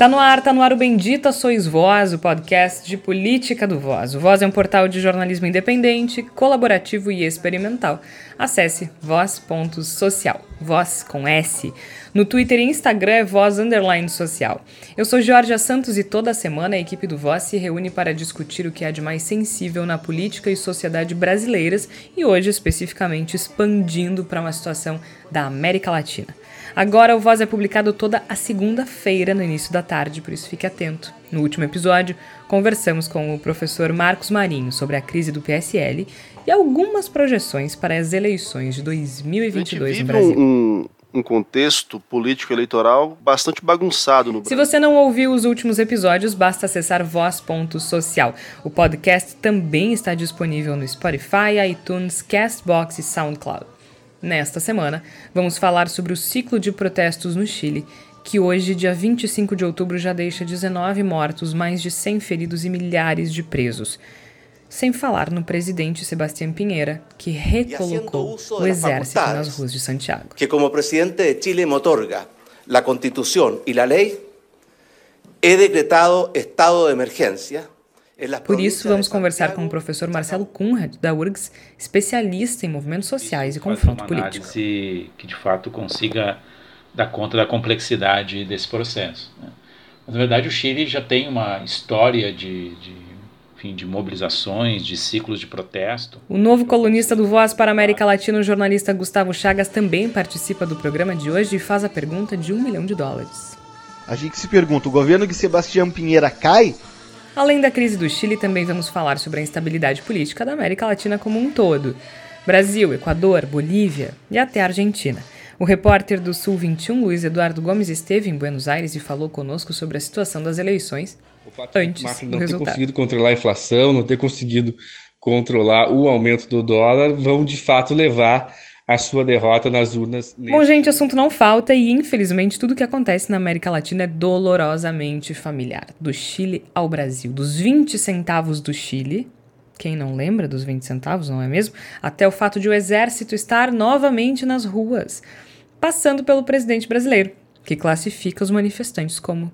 Tá no ar o Bendita Sois Voz, o podcast de política do Voz. O Voz é um portal de jornalismo independente, colaborativo e experimental. Acesse voz.social, Voz com S. No Twitter e Instagram é Voz_social. Eu sou Georgia Santos e toda semana a equipe do Voz se reúne para discutir o que há de mais sensível na política e sociedade brasileiras e hoje especificamente expandindo para uma situação da América Latina. Agora o Voz é publicado toda a segunda-feira no início da tarde, por isso fique atento. No último episódio, conversamos com o professor Marcos Marinho sobre a crise do PSL e algumas projeções para as eleições de 2022 no Brasil. Um contexto político-eleitoral bastante bagunçado no Brasil. Se você não ouviu os últimos episódios, basta acessar voz.social. O podcast também está disponível no Spotify, iTunes, Castbox e SoundCloud. Nesta semana, vamos falar sobre o ciclo de protestos no Chile, que hoje, dia 25 de outubro, já deixa 19 mortos, mais de 100 feridos e milhares de presos. Sem falar no presidente Sebastián Piñera, que recolocou o exército nas ruas de Santiago. Que como presidente de Chile me otorga a Constituição e a lei, he decretado estado de emergência. Por isso, vamos conversar com o professor Marcelo Kunrad, da URGS, especialista em movimentos sociais e confronto político. Uma análise que, de fato, consiga dar conta da complexidade desse processo. Mas, na verdade, o Chile já tem uma história de mobilizações, de ciclos de protesto. O novo colunista do Voz para a América Latina, o jornalista Gustavo Chagas, também participa do programa de hoje e faz a pergunta de $1 milhão. A gente se pergunta, o governo de Sebastián Piñera cai? Além da crise do Chile, também vamos falar sobre a instabilidade política da América Latina como um todo. Brasil, Equador, Bolívia e até a Argentina. O repórter do Sul 21, Luiz Eduardo Gomes, esteve em Buenos Aires e falou conosco sobre a situação das eleições antes do resultado. Não ter conseguido controlar a inflação, não ter conseguido controlar o aumento do dólar, vão de fato levar a sua derrota nas urnas. Bom, gente, assunto não falta e, infelizmente, tudo que acontece na América Latina é dolorosamente familiar. Do Chile ao Brasil, dos 20 centavos do Chile, quem não lembra dos 20 centavos, não é mesmo? Até o fato de o exército estar novamente nas ruas, passando pelo presidente brasileiro, que classifica os manifestantes como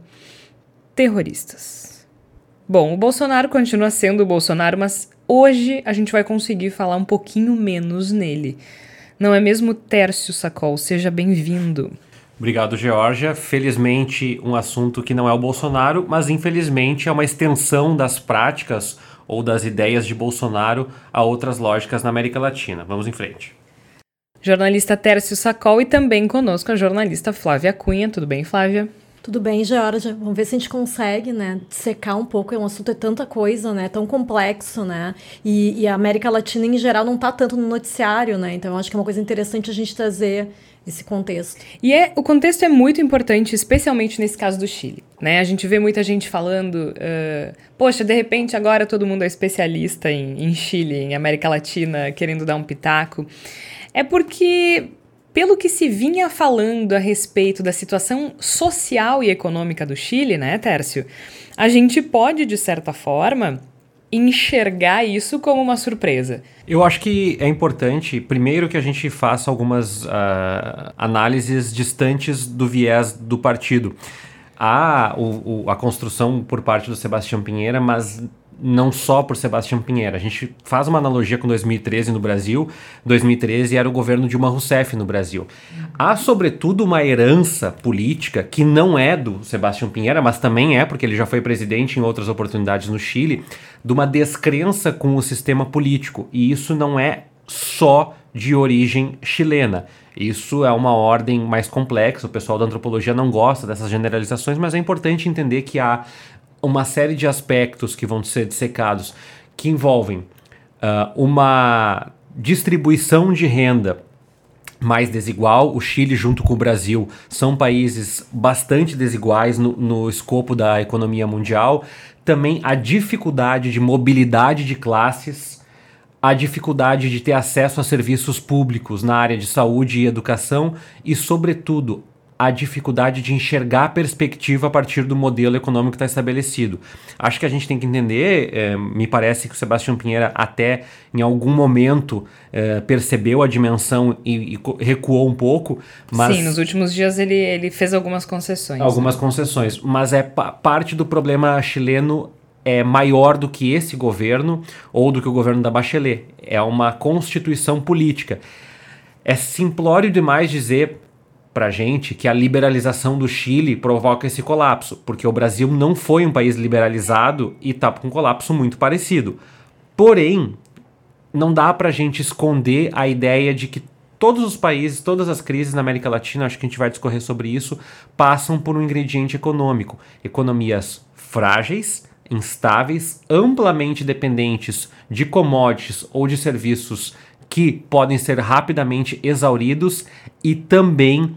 terroristas. Bom, o Bolsonaro continua sendo o Bolsonaro, mas hoje a gente vai conseguir falar um pouquinho menos nele. Não é mesmo, Tércio Sacol? Seja bem-vindo. Obrigado, Georgia. Felizmente, um assunto que não é o Bolsonaro, mas infelizmente é uma extensão das práticas ou das ideias de Bolsonaro a outras lógicas na América Latina. Vamos em frente. Jornalista Tércio Sacol e também conosco a jornalista Flávia Cunha. Tudo bem, Flávia? Tudo bem, Georgia. Vamos ver se a gente consegue, dissecar um pouco. Um assunto é tanta coisa, tão complexo, E a América Latina, em geral, não está tanto no noticiário, Então, eu acho que é uma coisa interessante a gente trazer esse contexto. E o contexto é muito importante, especialmente nesse caso do Chile, A gente vê muita gente falando, poxa, de repente agora todo mundo é especialista em Chile, em América Latina, querendo dar um pitaco. É porque, pelo que se vinha falando a respeito da situação social e econômica do Chile, Tércio, a gente pode, de certa forma, enxergar isso como uma surpresa. Eu acho que é importante, primeiro, que a gente faça algumas análises distantes do viés do partido. Há a construção por parte do Sebastián Piñera, mas não só por Sebastián Piñera. A gente faz uma analogia com 2013 no Brasil. 2013 era o governo Dilma Rousseff no Brasil. Há, sobretudo, uma herança política que não é do Sebastián Piñera, mas também é, porque ele já foi presidente em outras oportunidades no Chile, de uma descrença com o sistema político. E isso não é só de origem chilena. Isso é uma ordem mais complexa. O pessoal da antropologia não gosta dessas generalizações, mas é importante entender que há uma série de aspectos que vão ser dissecados que envolvem uma distribuição de renda mais desigual. O Chile, junto com o Brasil, são países bastante desiguais no escopo da economia mundial. Também a dificuldade de mobilidade de classes, a dificuldade de ter acesso a serviços públicos na área de saúde e educação e, sobretudo, a dificuldade de enxergar a perspectiva a partir do modelo econômico que está estabelecido. Acho que a gente tem que entender, me parece que o Sebastião Pinheira até em algum momento percebeu a dimensão e recuou um pouco. Mas sim, nos últimos dias ele fez algumas concessões. Algumas concessões, mas parte do problema chileno é maior do que esse governo ou do que o governo da Bachelet. É uma constituição política. É simplório demais dizer pra gente que a liberalização do Chile provoca esse colapso, porque o Brasil não foi um país liberalizado e tá com um colapso muito parecido. Porém, não dá pra gente esconder a ideia de que todos os países, todas as crises na América Latina, acho que a gente vai discorrer sobre isso, passam por um ingrediente econômico. Economias frágeis, instáveis, amplamente dependentes de commodities ou de serviços que podem ser rapidamente exauridos e também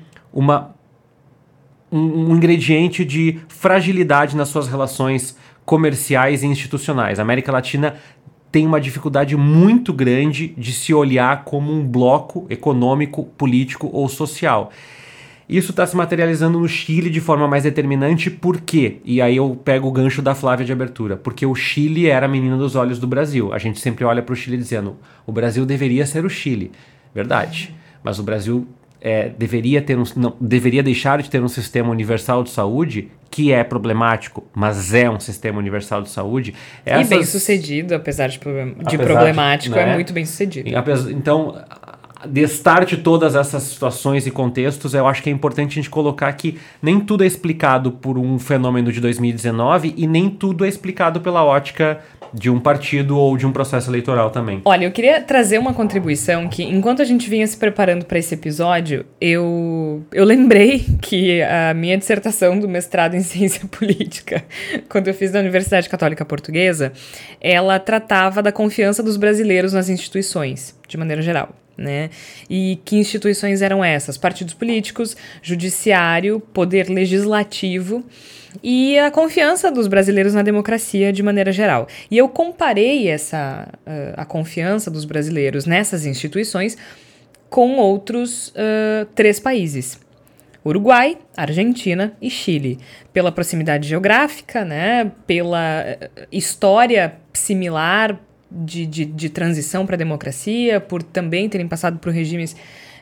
um ingrediente de fragilidade nas suas relações comerciais e institucionais. A América Latina tem uma dificuldade muito grande de se olhar como um bloco econômico, político ou social. Isso está se materializando no Chile de forma mais determinante, por quê? E aí eu pego o gancho da Flávia de abertura. Porque o Chile era a menina dos olhos do Brasil. A gente sempre olha para o Chile dizendo, o Brasil deveria ser o Chile. Verdade. Mas o Brasil deveria deixar de ter um sistema universal de saúde, que é problemático, mas é um sistema universal de saúde. E bem sucedido, apesar de problemático, né? É muito bem sucedido. Então, destarte todas essas situações e contextos, eu acho que é importante a gente colocar que nem tudo é explicado por um fenômeno de 2019 e nem tudo é explicado pela ótica de um partido ou de um processo eleitoral também. Olha, eu queria trazer uma contribuição que, enquanto a gente vinha se preparando para esse episódio, eu lembrei que a minha dissertação do mestrado em ciência política, quando eu fiz na Universidade Católica Portuguesa, ela tratava da confiança dos brasileiros nas instituições, de maneira geral. Né? E que instituições eram essas? Partidos políticos, judiciário, poder legislativo e a confiança dos brasileiros na democracia de maneira geral. E eu comparei a confiança dos brasileiros nessas instituições com outros 3 países. Uruguai, Argentina e Chile. Pela proximidade geográfica, né? Pela história similar de transição para a democracia, por também terem passado por regimes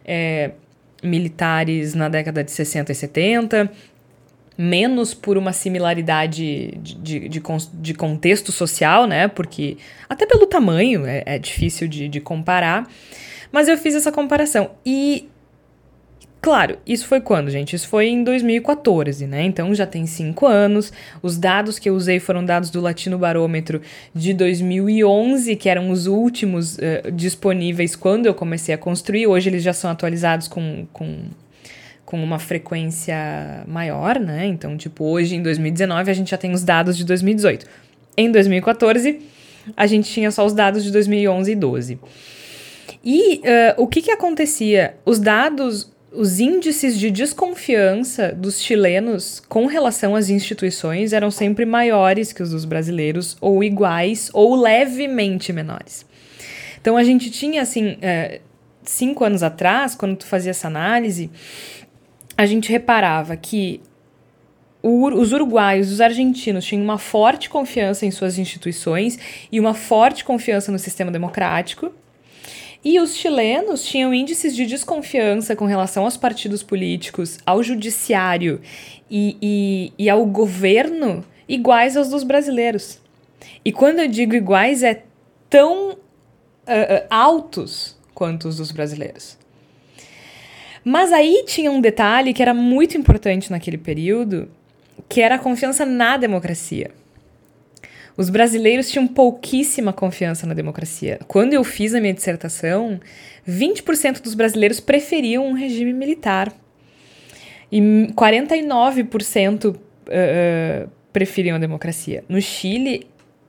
militares na década de 60 e 70, menos por uma similaridade de contexto social, né? Porque até pelo tamanho é difícil de comparar, mas eu fiz essa comparação. E, claro, isso foi quando, gente? Isso foi em 2014, né? Então já tem 5 anos. Os dados que eu usei foram dados do Latino Barômetro de 2011, que eram os últimos disponíveis quando eu comecei a construir. Hoje eles já são atualizados com uma frequência maior, né? Então, tipo, hoje em 2019 a gente já tem os dados de 2018. Em 2014, a gente tinha só os dados de 2011 e 12. E o que acontecia? Os índices de desconfiança dos chilenos com relação às instituições eram sempre maiores que os dos brasileiros, ou iguais, ou levemente menores. Então, a gente tinha, assim, 5 anos atrás, quando tu fazia essa análise, a gente reparava que os uruguaios, os argentinos tinham uma forte confiança em suas instituições e uma forte confiança no sistema democrático. E os chilenos tinham índices de desconfiança com relação aos partidos políticos, ao judiciário e ao governo iguais aos dos brasileiros. E quando eu digo iguais, é tão altos quanto os dos brasileiros. Mas aí tinha um detalhe que era muito importante naquele período, que era a confiança na democracia. Os brasileiros tinham pouquíssima confiança na democracia. Quando eu fiz a minha dissertação, 20% dos brasileiros preferiam um regime militar. E 49% preferiam a democracia. No Chile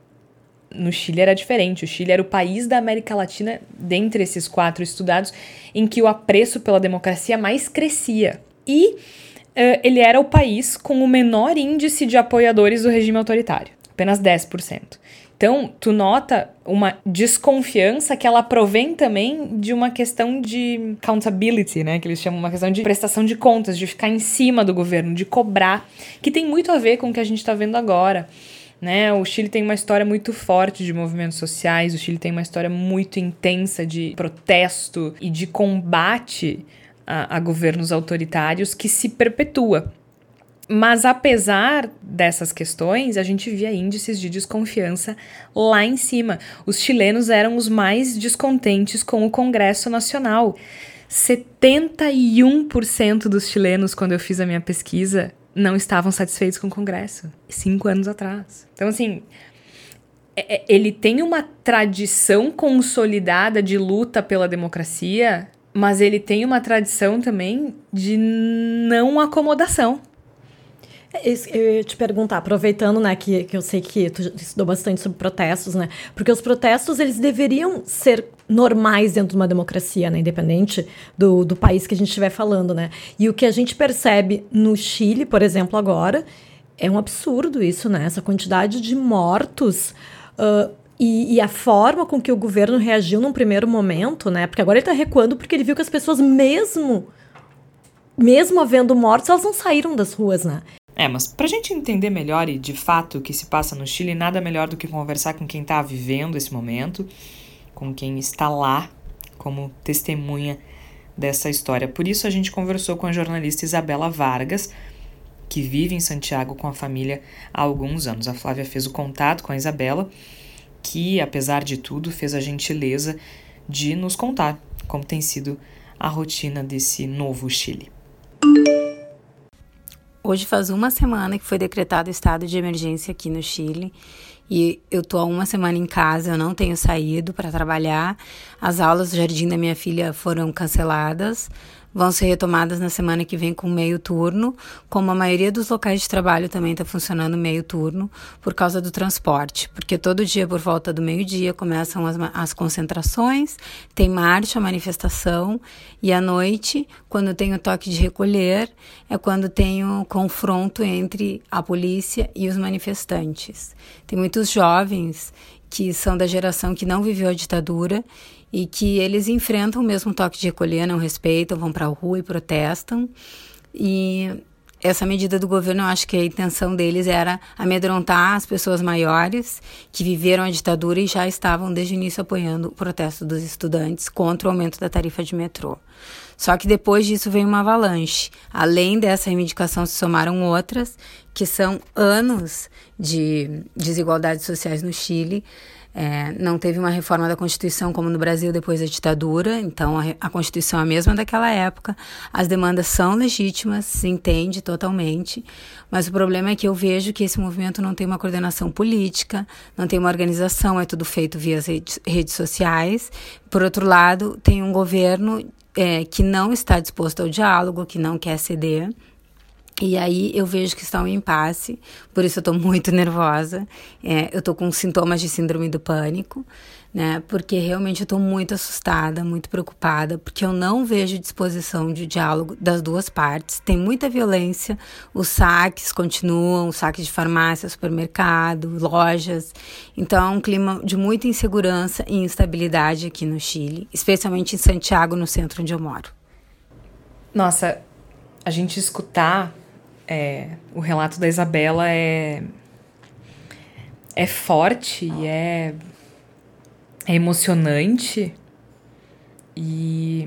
era diferente. O Chile era o país da América Latina, dentre esses 4 estudados, em que o apreço pela democracia mais crescia. E ele era o país com o menor índice de apoiadores do regime autoritário. Apenas 10%. Então, tu nota uma desconfiança que ela provém também de uma questão de accountability, né? Que eles chamam uma questão de prestação de contas, de ficar em cima do governo, de cobrar, que tem muito a ver com o que a gente está vendo agora, né? O Chile tem uma história muito forte de movimentos sociais, o Chile tem uma história muito intensa de protesto e de combate a governos autoritários que se perpetua. Mas apesar dessas questões, a gente via índices de desconfiança lá em cima. Os chilenos eram os mais descontentes com o Congresso Nacional. 71% dos chilenos, quando eu fiz a minha pesquisa, não estavam satisfeitos com o Congresso. 5 anos atrás. Então, assim, ele tem uma tradição consolidada de luta pela democracia, mas ele tem uma tradição também de não acomodação. Eu ia te perguntar, aproveitando, né, que eu sei que tu estudou bastante sobre protestos, né, porque os protestos, eles deveriam ser normais dentro de uma democracia, né, independente do país que a gente estiver falando, né, e o que a gente percebe no Chile, por exemplo, agora, é um absurdo isso, né, essa quantidade de mortos, e a forma com que o governo reagiu num primeiro momento, né, porque agora ele está recuando porque ele viu que as pessoas, mesmo havendo mortos, elas não saíram das ruas, né. Mas pra gente entender melhor e de fato o que se passa no Chile, nada melhor do que conversar com quem tá vivendo esse momento, com quem está lá como testemunha dessa história. Por isso a gente conversou com a jornalista Isabela Vargas, que vive em Santiago com a família há alguns anos. A Flávia fez o contato com a Isabela, que, apesar de tudo, fez a gentileza de nos contar como tem sido a rotina desse novo Chile. Hoje faz uma semana que foi decretado o estado de emergência aqui no Chile e eu tô há uma semana em casa, eu não tenho saído para trabalhar. As aulas do jardim da minha filha foram canceladas, vão ser retomadas na semana que vem com meio turno, como a maioria dos locais de trabalho também está funcionando meio turno por causa do transporte, porque todo dia por volta do meio-dia começam as concentrações, tem marcha, manifestação, e à noite, quando tem o toque de recolher, é quando tem o confronto entre a polícia e os manifestantes. Tem muitos jovens que são da geração que não viveu a ditadura e que eles enfrentam o mesmo toque de recolher, não respeitam, vão para a rua e protestam. E essa medida do governo, eu acho que a intenção deles era amedrontar as pessoas maiores que viveram a ditadura e já estavam desde o início apoiando o protesto dos estudantes contra o aumento da tarifa de metrô. Só que depois disso veio uma avalanche. Além dessa reivindicação se somaram outras, que são anos de desigualdades sociais no Chile. Não teve uma reforma da Constituição como no Brasil depois da ditadura, então a Constituição é a mesma daquela época, as demandas são legítimas, se entende totalmente, mas o problema é que eu vejo que esse movimento não tem uma coordenação política, não tem uma organização, é tudo feito via redes sociais. Por outro lado, tem um governo que não está disposto ao diálogo, que não quer ceder. E aí eu vejo que está um impasse, por isso eu estou muito nervosa, eu estou com sintomas de síndrome do pânico, né? Porque realmente eu estou muito assustada, muito preocupada, porque eu não vejo disposição de diálogo das duas partes. Tem muita violência, os saques continuam, os saques de farmácia, supermercado, lojas. Então é um clima de muita insegurança e instabilidade aqui no Chile, especialmente em Santiago, no centro onde eu moro. Nossa, a gente escutar o relato da Isabela é forte e é emocionante e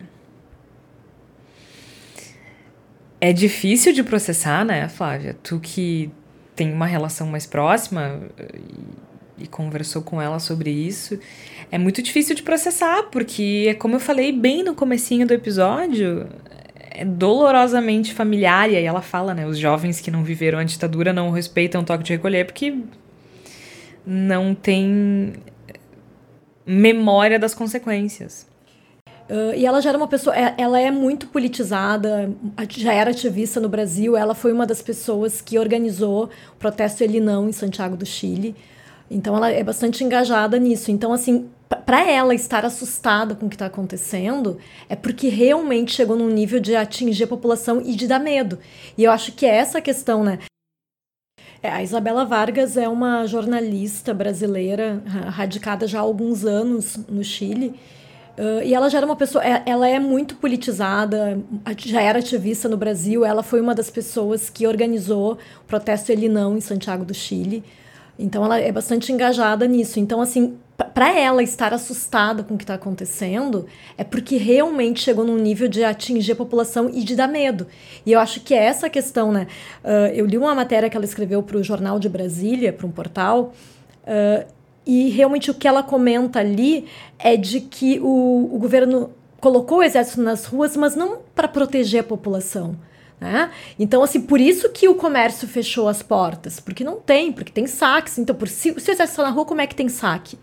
é difícil de processar, né, Flávia? Tu que tem uma relação mais próxima e conversou com ela sobre isso, é muito difícil de processar, porque, como eu falei bem no comecinho do episódio, é dolorosamente familiar, e aí ela fala, né, os jovens que não viveram a ditadura não respeitam o toque de recolher porque não tem memória das consequências. E ela já era uma pessoa, ela é muito politizada, já era ativista no Brasil, ela foi uma das pessoas que organizou o protesto Ele Não em Santiago do Chile, então ela é bastante engajada nisso. Então, assim, para ela estar assustada com o que está acontecendo, é porque realmente chegou num nível de atingir a população e de dar medo. E eu acho que é essa questão, né? A Isabela Vargas é uma jornalista brasileira radicada já há alguns anos no Chile. E ela já era uma pessoa... Ela é muito politizada, já era ativista no Brasil. Ela foi uma das pessoas que organizou o protesto Ele Não em Santiago do Chile. Então, ela é bastante engajada nisso. Então, assim, para ela estar assustada com o que está acontecendo, é porque realmente chegou num nível de atingir a população e de dar medo. E eu acho que é essa a questão, né? Eu li uma matéria que ela escreveu para o Jornal de Brasília, para um portal, e realmente o que ela comenta ali é de que o governo colocou o exército nas ruas, mas não para proteger a população. Né? Então, assim, por isso que o comércio fechou as portas, porque porque tem saques. Então, se o exército está na rua, como é que tem saque?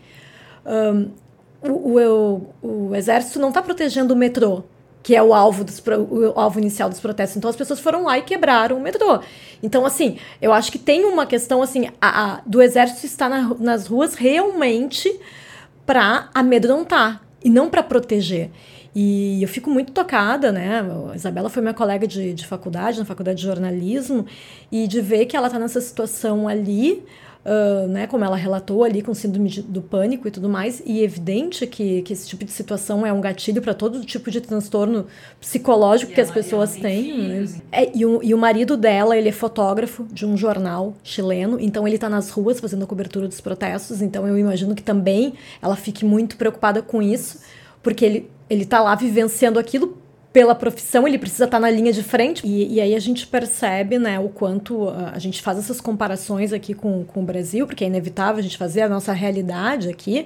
O exército não está protegendo o metrô, que é o alvo inicial dos protestos. Então, as pessoas foram lá e quebraram o metrô. Então, assim, eu acho que tem uma questão, assim, do exército estar nas ruas realmente para amedrontar e não para proteger. E eu fico muito tocada, né? A Isabela foi minha colega de faculdade, na faculdade de jornalismo, e de ver que ela está nessa situação ali, né? Como ela relatou ali, com síndrome do pânico e tudo mais, e é evidente que esse tipo de situação é um gatilho para todo tipo de transtorno psicológico que as pessoas têm. Né? E o marido dela, ele é fotógrafo de um jornal chileno, então ele está nas ruas fazendo a cobertura dos protestos, então eu imagino que também ela fique muito preocupada com isso, porque ele tá lá vivenciando aquilo pela profissão, ele precisa estar na linha de frente. E aí a gente percebe, né, o quanto a gente faz essas comparações aqui com o Brasil, porque é inevitável a gente fazer a nossa realidade aqui,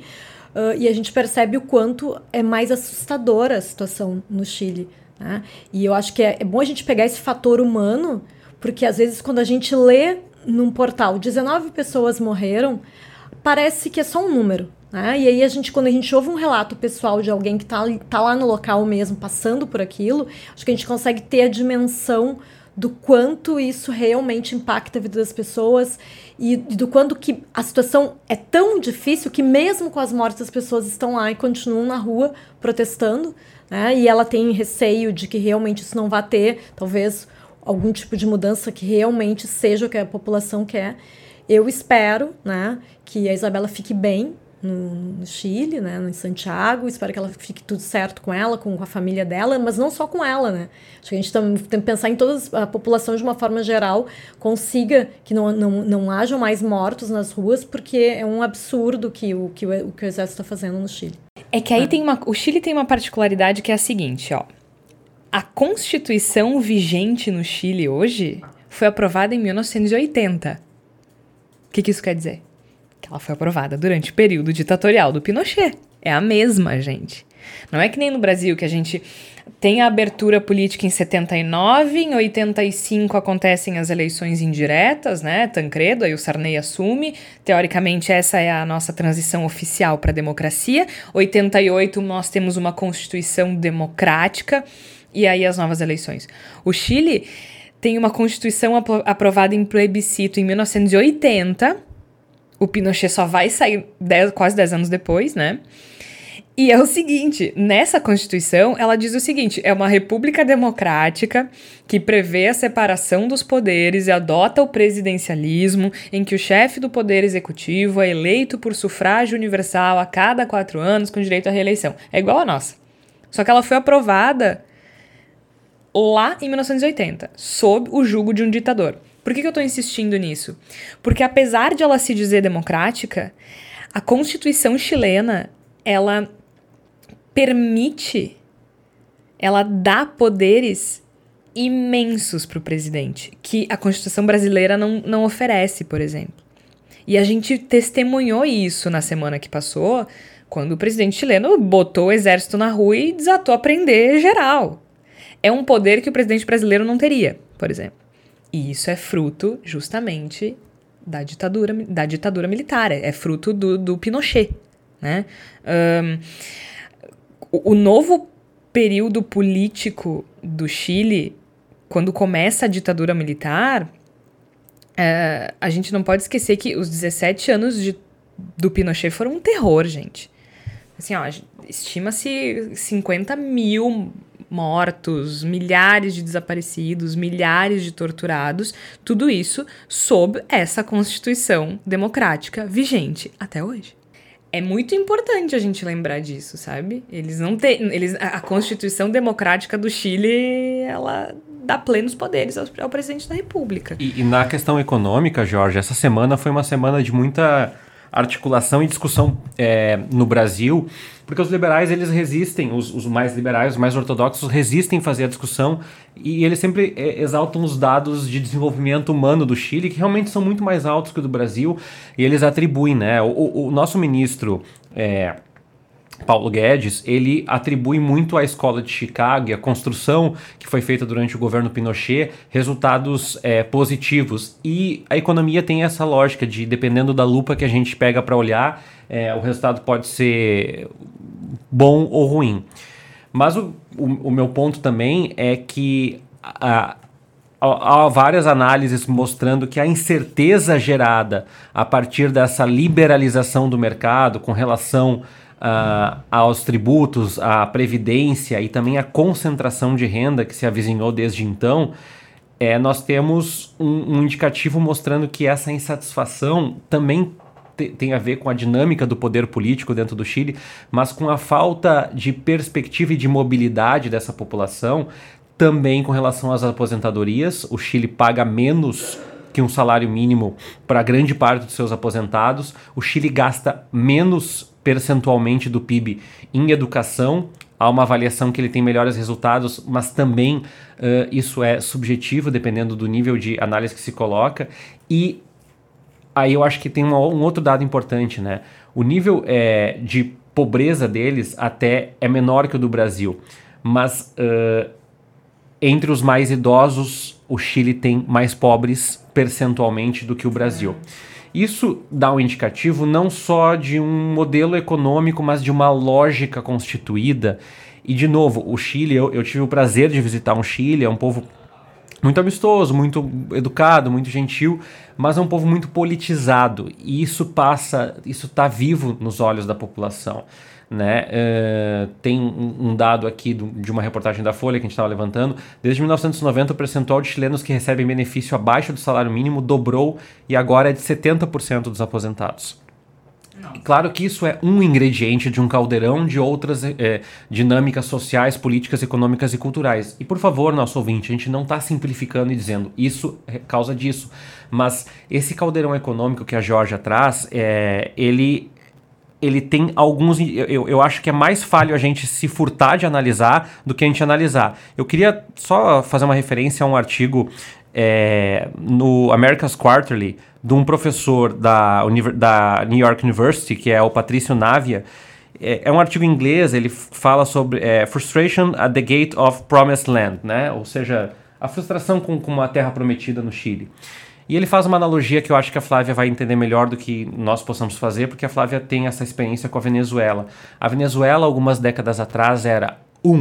e a gente percebe o quanto é mais assustadora a situação no Chile. Né? E eu acho que é bom a gente pegar esse fator humano, porque às vezes quando a gente lê num portal 19 pessoas morreram, parece que é só um número. Né? E aí, quando a gente ouve um relato pessoal de alguém que tá lá no local mesmo, passando por aquilo, acho que a gente consegue ter a dimensão do quanto isso realmente impacta a vida das pessoas e do quanto que a situação é tão difícil que mesmo com as mortes as pessoas estão lá e continuam na rua protestando, né? E ela tem receio de que realmente isso não vá ter, talvez, algum tipo de mudança que realmente seja o que a população quer. Eu espero, né, que a Isabela fique bem no Chile, né, em Santiago. Espero que ela fique tudo certo com ela, com a família dela, mas não só com ela, né? Acho que a gente tem que pensar em toda a população de uma forma geral, consiga que não hajam mais mortos nas ruas, porque é um absurdo que o exército está fazendo no Chile. É que aí o Chile tem uma particularidade que é a seguinte, ó. A Constituição vigente no Chile hoje foi aprovada em 1980. O que isso quer dizer? Que ela foi aprovada durante o período ditatorial do Pinochet. É a mesma, gente. Não é que nem no Brasil, que a gente tem a abertura política em 79, em 85 acontecem as eleições indiretas, né? Tancredo, aí o Sarney assume. Teoricamente, essa é a nossa transição oficial para a democracia. 88, nós temos uma Constituição democrática e aí as novas eleições. O Chile tem uma Constituição aprovada em plebiscito em 1980. O Pinochet só vai sair quase 10 anos depois, né? E é o seguinte, nessa Constituição, ela diz o seguinte, é uma república democrática que prevê a separação dos poderes e adota o presidencialismo, em que o chefe do poder executivo é eleito por sufrágio universal a cada 4 anos com direito à reeleição. É igual a nossa. Só que ela foi aprovada lá em 1980, sob o jugo de um ditador. Por que eu estou insistindo nisso? Porque apesar de ela se dizer democrática, a Constituição chilena, ela permite, ela dá poderes imensos para o presidente, que a Constituição brasileira não oferece, por exemplo. E a gente testemunhou isso na semana que passou, quando o presidente chileno botou o exército na rua e desatou a prender geral. É um poder que o presidente brasileiro não teria, por exemplo. E isso é fruto, justamente, da ditadura militar. É fruto do Pinochet, né? O novo período político do Chile, quando começa a ditadura militar, a gente não pode esquecer que os 17 anos do Pinochet foram um terror, gente. Assim, ó, estima-se 50 mil mortos, milhares de desaparecidos, milhares de torturados, tudo isso sob essa Constituição democrática vigente até hoje. É muito importante a gente lembrar disso, sabe? A Constituição Democrática do Chile, ela dá plenos poderes ao presidente da República. E na questão econômica, Jorge, essa semana foi uma semana de muita articulação e discussão no Brasil, porque os liberais, eles resistem, os mais liberais, os mais ortodoxos, resistem a fazer a discussão e eles sempre exaltam os dados de desenvolvimento humano do Chile, que realmente são muito mais altos que o do Brasil, e eles atribuem, né? O nosso ministro Paulo Guedes, ele atribui muito à escola de Chicago e à construção que foi feita durante o governo Pinochet resultados positivos. E a economia tem essa lógica de, dependendo da lupa que a gente pega para olhar, o resultado pode ser bom ou ruim. Mas o meu ponto também é que há várias análises mostrando que a incerteza gerada a partir dessa liberalização do mercado com relação aos tributos, à previdência e também à concentração de renda que se avizinhou desde então, nós temos um indicativo mostrando que essa insatisfação também tem a ver com a dinâmica do poder político dentro do Chile, mas com a falta de perspectiva e de mobilidade dessa população, também com relação às aposentadorias. O Chile paga menos que um salário mínimo para grande parte dos seus aposentados. O Chile gasta menos percentualmente do PIB em educação. Há uma avaliação que ele tem melhores resultados, mas também isso é subjetivo, dependendo do nível de análise que se coloca. E aí eu acho que tem um outro dado importante, né? O nível de pobreza deles até é menor que o do Brasil, mas entre os mais idosos, o Chile tem mais pobres percentualmente do que o Brasil. Isso dá um indicativo não só de um modelo econômico, mas de uma lógica constituída. E, de novo, o Chile, eu tive o prazer de visitar um Chile, é um povo muito amistoso, muito educado, muito gentil, mas é um povo muito politizado. E isso está vivo nos olhos da população, né? Tem um dado aqui de uma reportagem da Folha que a gente estava levantando. Desde 1990, o percentual de chilenos que recebem benefício abaixo do salário mínimo dobrou e agora é de 70% dos aposentados. Claro que isso é um ingrediente de um caldeirão de outras dinâmicas sociais, políticas, econômicas e culturais. E, por favor, nosso ouvinte, a gente não está simplificando e dizendo isso é causa disso. Mas esse caldeirão econômico que a Georgia traz, ele tem alguns... Eu acho que é mais falho a gente se furtar de analisar do que a gente analisar. Eu queria só fazer uma referência a um artigo no America's Quarterly de um professor da New York University, que é o Patrício Navia. É um artigo em inglês, ele fala sobre Frustration at the Gate of Promised Land, né? Ou seja, a frustração com a terra prometida no Chile. E ele faz uma analogia que eu acho que a Flávia vai entender melhor do que nós possamos fazer, porque a Flávia tem essa experiência com a Venezuela. A Venezuela, algumas décadas atrás, era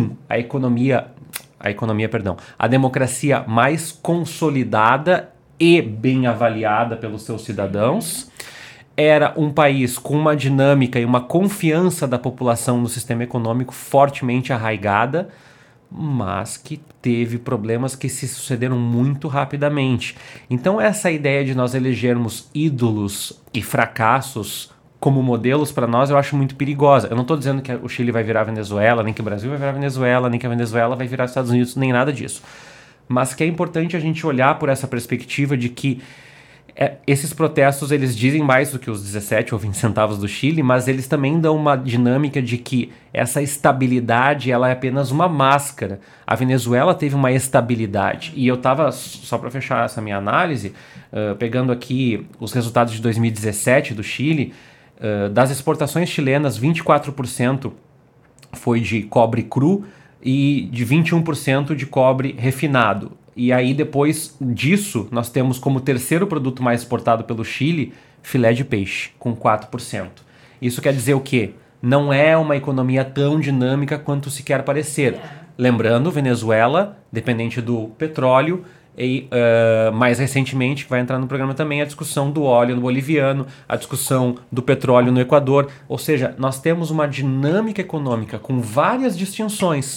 a democracia mais consolidada e bem avaliada pelos seus cidadãos. Era um país com uma dinâmica e uma confiança da população no sistema econômico fortemente arraigada, mas que teve problemas que se sucederam muito rapidamente. Então essa ideia de nós elegermos ídolos e fracassos como modelos para nós, eu acho muito perigosa. Eu não estou dizendo que o Chile vai virar Venezuela, nem que o Brasil vai virar Venezuela, nem que a Venezuela vai virar Estados Unidos, nem nada disso. Mas que é importante a gente olhar por essa perspectiva de que esses protestos, eles dizem mais do que os 17 ou 20 centavos do Chile, mas eles também dão uma dinâmica de que essa estabilidade, ela é apenas uma máscara. A Venezuela teve uma estabilidade. E eu estava, só para fechar essa minha análise, pegando aqui os resultados de 2017 do Chile, das exportações chilenas, 24% foi de cobre cru e de 21% de cobre refinado. E aí, depois disso, nós temos como terceiro produto mais exportado pelo Chile, filé de peixe, com 4%. Isso quer dizer o quê? Não é uma economia tão dinâmica quanto se quer parecer. Lembrando, Venezuela, dependente do petróleo, e mais recentemente, que vai entrar no programa também, a discussão do óleo no boliviano, a discussão do petróleo no Equador. Ou seja, nós temos uma dinâmica econômica com várias distinções,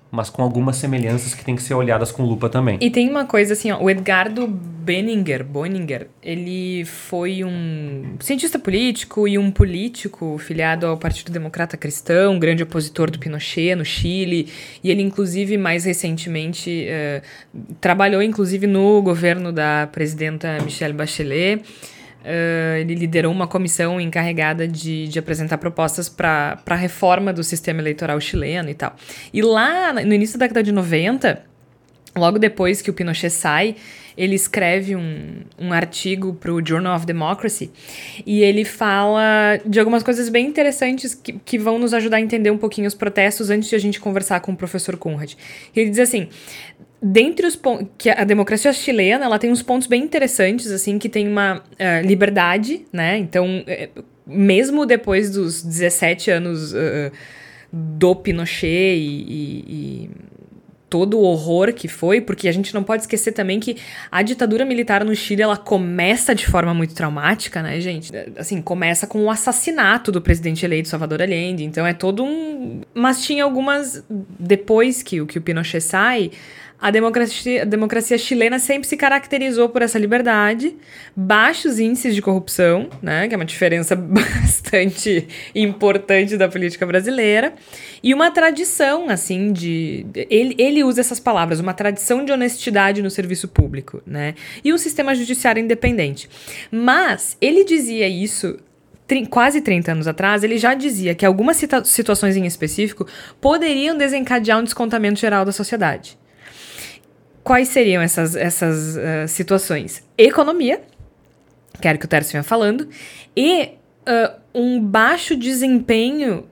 mas com algumas semelhanças que tem que ser olhadas com lupa também. E tem uma coisa assim, ó, o Edgardo Boninger, ele foi um cientista político e um político filiado ao Partido Democrata Cristão, grande opositor do Pinochet no Chile, e ele inclusive mais recentemente trabalhou inclusive no governo da presidenta Michelle Bachelet. Ele liderou uma comissão encarregada de apresentar propostas para a reforma do sistema eleitoral chileno e tal. E lá, no início da década de 90, logo depois que o Pinochet sai, ele escreve um artigo para o Journal of Democracy e ele fala de algumas coisas bem interessantes que vão nos ajudar a entender um pouquinho os protestos antes de a gente conversar com o professor Conrad. Ele diz assim... Dentre os pontos, que a democracia chilena, ela tem uns pontos bem interessantes, assim, que tem uma liberdade, né, então, mesmo depois dos 17 anos do Pinochet e todo o horror que foi, porque a gente não pode esquecer também que a ditadura militar no Chile, ela começa de forma muito traumática, né, gente? Assim, começa com o assassinato do presidente eleito Salvador Allende, então é todo um... Mas tinha algumas... Depois que o Pinochet sai... A democracia chilena sempre se caracterizou por essa liberdade, baixos índices de corrupção, né, que é uma diferença bastante importante da política brasileira, e uma tradição, assim, ele usa essas palavras, uma tradição de honestidade no serviço público, né, e um sistema judiciário independente. Mas ele dizia isso... Quase 30 anos atrás, ele já dizia que algumas situações em específico poderiam desencadear um descontamento geral da sociedade. Quais seriam essas situações? Economia, que era o que o Tércio vinha falando, e um baixo desempenho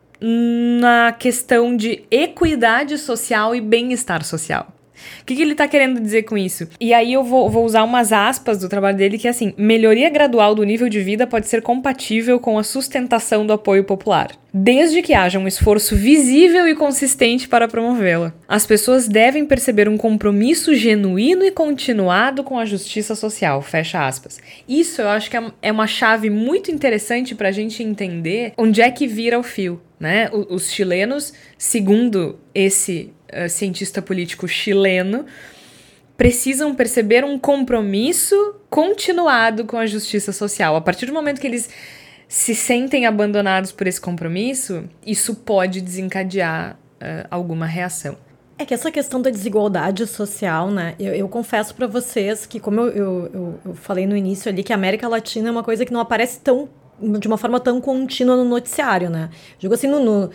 na questão de equidade social e bem-estar social. O que ele está querendo dizer com isso? E aí eu vou usar umas aspas do trabalho dele que é assim: melhoria gradual do nível de vida pode ser compatível com a sustentação do apoio popular, desde que haja um esforço visível e consistente para promovê-la. As pessoas devem perceber um compromisso genuíno e continuado com a justiça social, fecha aspas. Isso eu acho que é uma chave muito interessante para a gente entender onde é que vira o fio, né? Os chilenos, segundo esse cientista político chileno, precisam perceber um compromisso continuado com a justiça social. A partir do momento que eles se sentem abandonados por esse compromisso, isso pode desencadear alguma reação. É que essa questão da desigualdade social, né, eu confesso para vocês que, como eu falei no início ali, que a América Latina é uma coisa que não aparece de uma forma tão contínua no noticiário, né? Digo assim,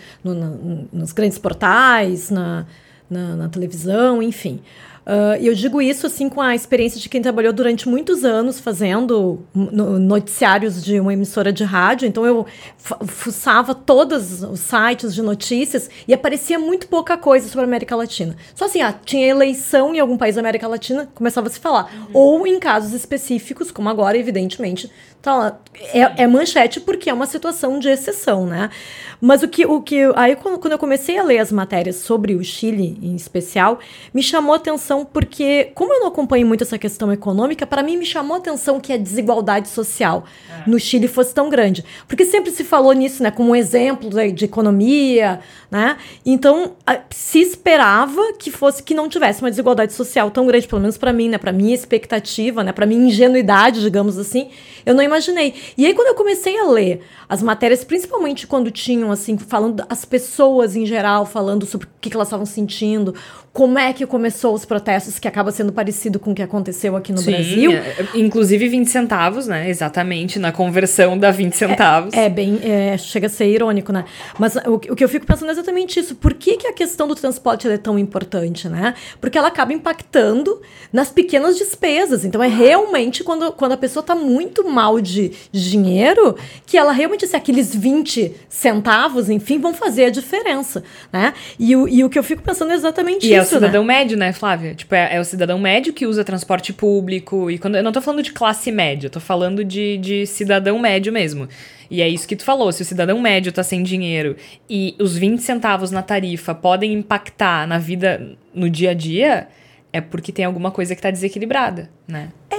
nos grandes portais, na televisão, enfim. E eu digo isso assim com a experiência de quem trabalhou durante muitos anos fazendo noticiários de uma emissora de rádio. Então eu fuçava todos os sites de notícias e aparecia muito pouca coisa sobre a América Latina. Só assim, tinha eleição em algum país da América Latina, começava a se falar. Ou em casos específicos, como agora, evidentemente, tá lá. É manchete porque é uma situação de exceção, né? Mas aí quando eu comecei a ler as matérias sobre o Chile, em especial, me chamou a atenção porque, como eu não acompanho muito essa questão econômica, para mim me chamou a atenção que a desigualdade social no Chile fosse tão grande. Porque sempre se falou nisso, né, como um exemplo de economia, né? Então, se esperava que não tivesse uma desigualdade social tão grande, pelo menos para mim, né, para minha expectativa, né, para minha ingenuidade, digamos assim, eu não imaginei. E aí, quando eu comecei a ler as matérias, principalmente quando tinham, assim, falando as pessoas em geral, falando sobre o que elas estavam sentindo, como é que começou os protestos, que acaba sendo parecido com o que aconteceu aqui no Brasil. Inclusive 20 centavos, né? Exatamente, na conversão da 20 centavos. Chega a ser irônico, né? Mas o que eu fico pensando é exatamente isso. Por que a questão do transporte é tão importante, né? Porque ela acaba impactando nas pequenas despesas. Então, é realmente quando a pessoa está muito mal de dinheiro, que ela realmente, assim, aqueles 20 centavos, enfim, vão fazer a diferença, né? E o que eu fico pensando é exatamente isso, é o cidadão médio, né, Flávia? Tipo, é o cidadão médio que usa transporte público. E eu não tô falando de classe média, eu tô falando de cidadão médio mesmo. E é isso que tu falou, se o cidadão médio tá sem dinheiro e os 20 centavos na tarifa podem impactar na vida, no dia a dia, é porque tem alguma coisa que tá desequilibrada, né?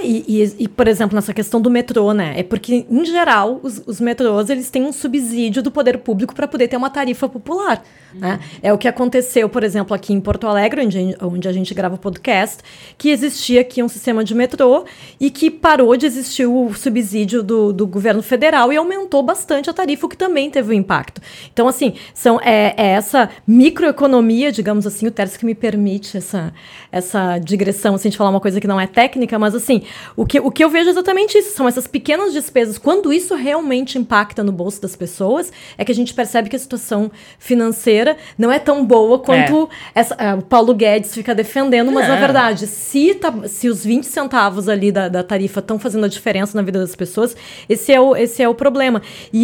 E, por exemplo, nessa questão do metrô, né? É porque, em geral, os metrôs, eles têm um subsídio do poder público para poder ter uma tarifa popular, né? É o que aconteceu, por exemplo, aqui em Porto Alegre, onde a gente grava o podcast, que existia aqui um sistema de metrô e que parou de existir o subsídio do governo federal e aumentou bastante a tarifa, o que também teve um impacto. Então, assim, é essa microeconomia, digamos assim, o Tércio que me permite essa digressão, assim, de falar uma coisa que não é técnica, mas, assim, o que eu vejo é exatamente isso, são essas pequenas despesas. Quando isso realmente impacta no bolso das pessoas, é que a gente percebe que a situação financeira não é tão boa quanto o Paulo Guedes fica defendendo, mas, na verdade, se os 20 centavos ali da tarifa estão fazendo a diferença na vida das pessoas, esse é o problema.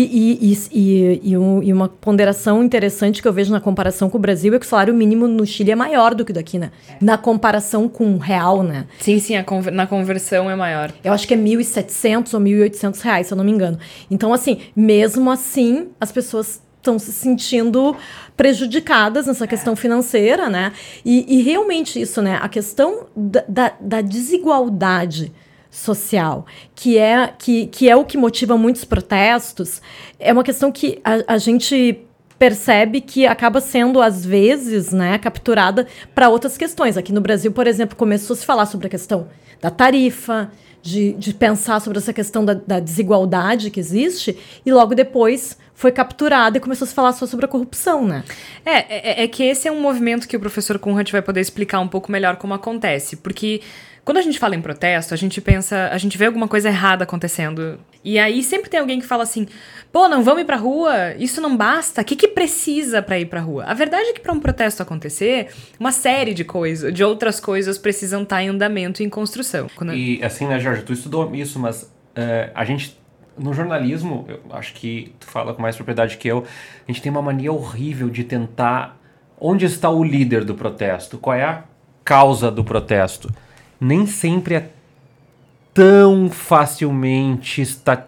E uma ponderação interessante que eu vejo na comparação com o Brasil é que o salário mínimo no Chile é maior do que o daqui, né? Na comparação com o real, né? Sim, na conversão é maior. Eu acho que é 1.700 ou 1.800 reais, se eu não me engano. Então, assim, mesmo assim, as pessoas estão se sentindo prejudicadas nessa questão financeira, né? E realmente isso, né? A questão da desigualdade social, que é o que motiva muitos protestos, é uma questão que a gente percebe que acaba sendo, às vezes, né, capturada para outras questões. Aqui no Brasil, por exemplo, começou a se falar sobre a questão da tarifa, de pensar sobre essa questão da desigualdade que existe, e logo depois foi capturada e começou a se falar só sobre a corrupção, né? É que esse é um movimento que o professor Conrad vai poder explicar um pouco melhor como acontece, porque quando a gente fala em protesto, a gente vê alguma coisa errada acontecendo, e aí sempre tem alguém que fala assim, pô, não vamos ir pra rua? Isso não basta? O que precisa pra ir pra rua? A verdade é que pra um protesto acontecer, uma série de outras coisas precisam estar em andamento e em construção. E assim, né, Jorge, tu estudou isso, mas a gente, no jornalismo, eu acho que tu fala com mais propriedade que eu, a gente tem uma mania horrível de tentar, onde está o líder do protesto? Qual é a causa do protesto? Nem sempre é tão facilmente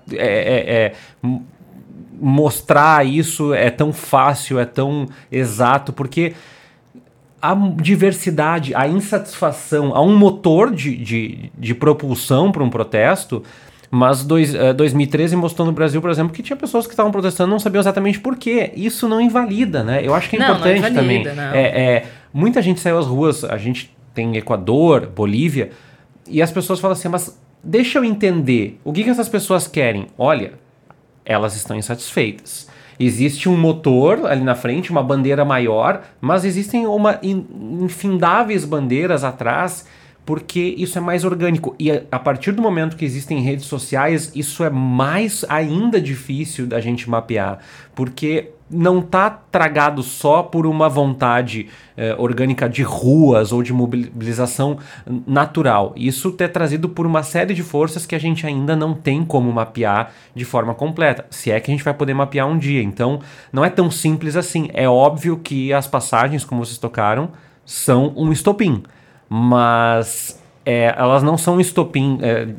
mostrar isso, é tão fácil, é tão exato, porque a diversidade, a insatisfação, há um motor de propulsão para um protesto, mas 2013 mostrou no Brasil, por exemplo, que tinha pessoas que estavam protestando e não sabiam exatamente por quê. Isso não invalida, né? Eu acho que é importante não invalida, também. Muita gente saiu às ruas, a gente tem Equador, Bolívia, e as pessoas falam assim, mas deixa eu entender, o que essas pessoas querem? Olha, elas estão insatisfeitas. Existe um motor ali na frente, uma bandeira maior, mas existem infindáveis bandeiras atrás, porque isso é mais orgânico. E a partir do momento que existem redes sociais, isso é mais ainda difícil da gente mapear, porque não está tragado só por uma vontade orgânica de ruas ou de mobilização natural. Isso é trazido por uma série de forças que a gente ainda não tem como mapear de forma completa, se é que a gente vai poder mapear um dia. Então, não é tão simples assim. É óbvio que as passagens, como vocês tocaram, são um estopim, mas elas não são um estopim.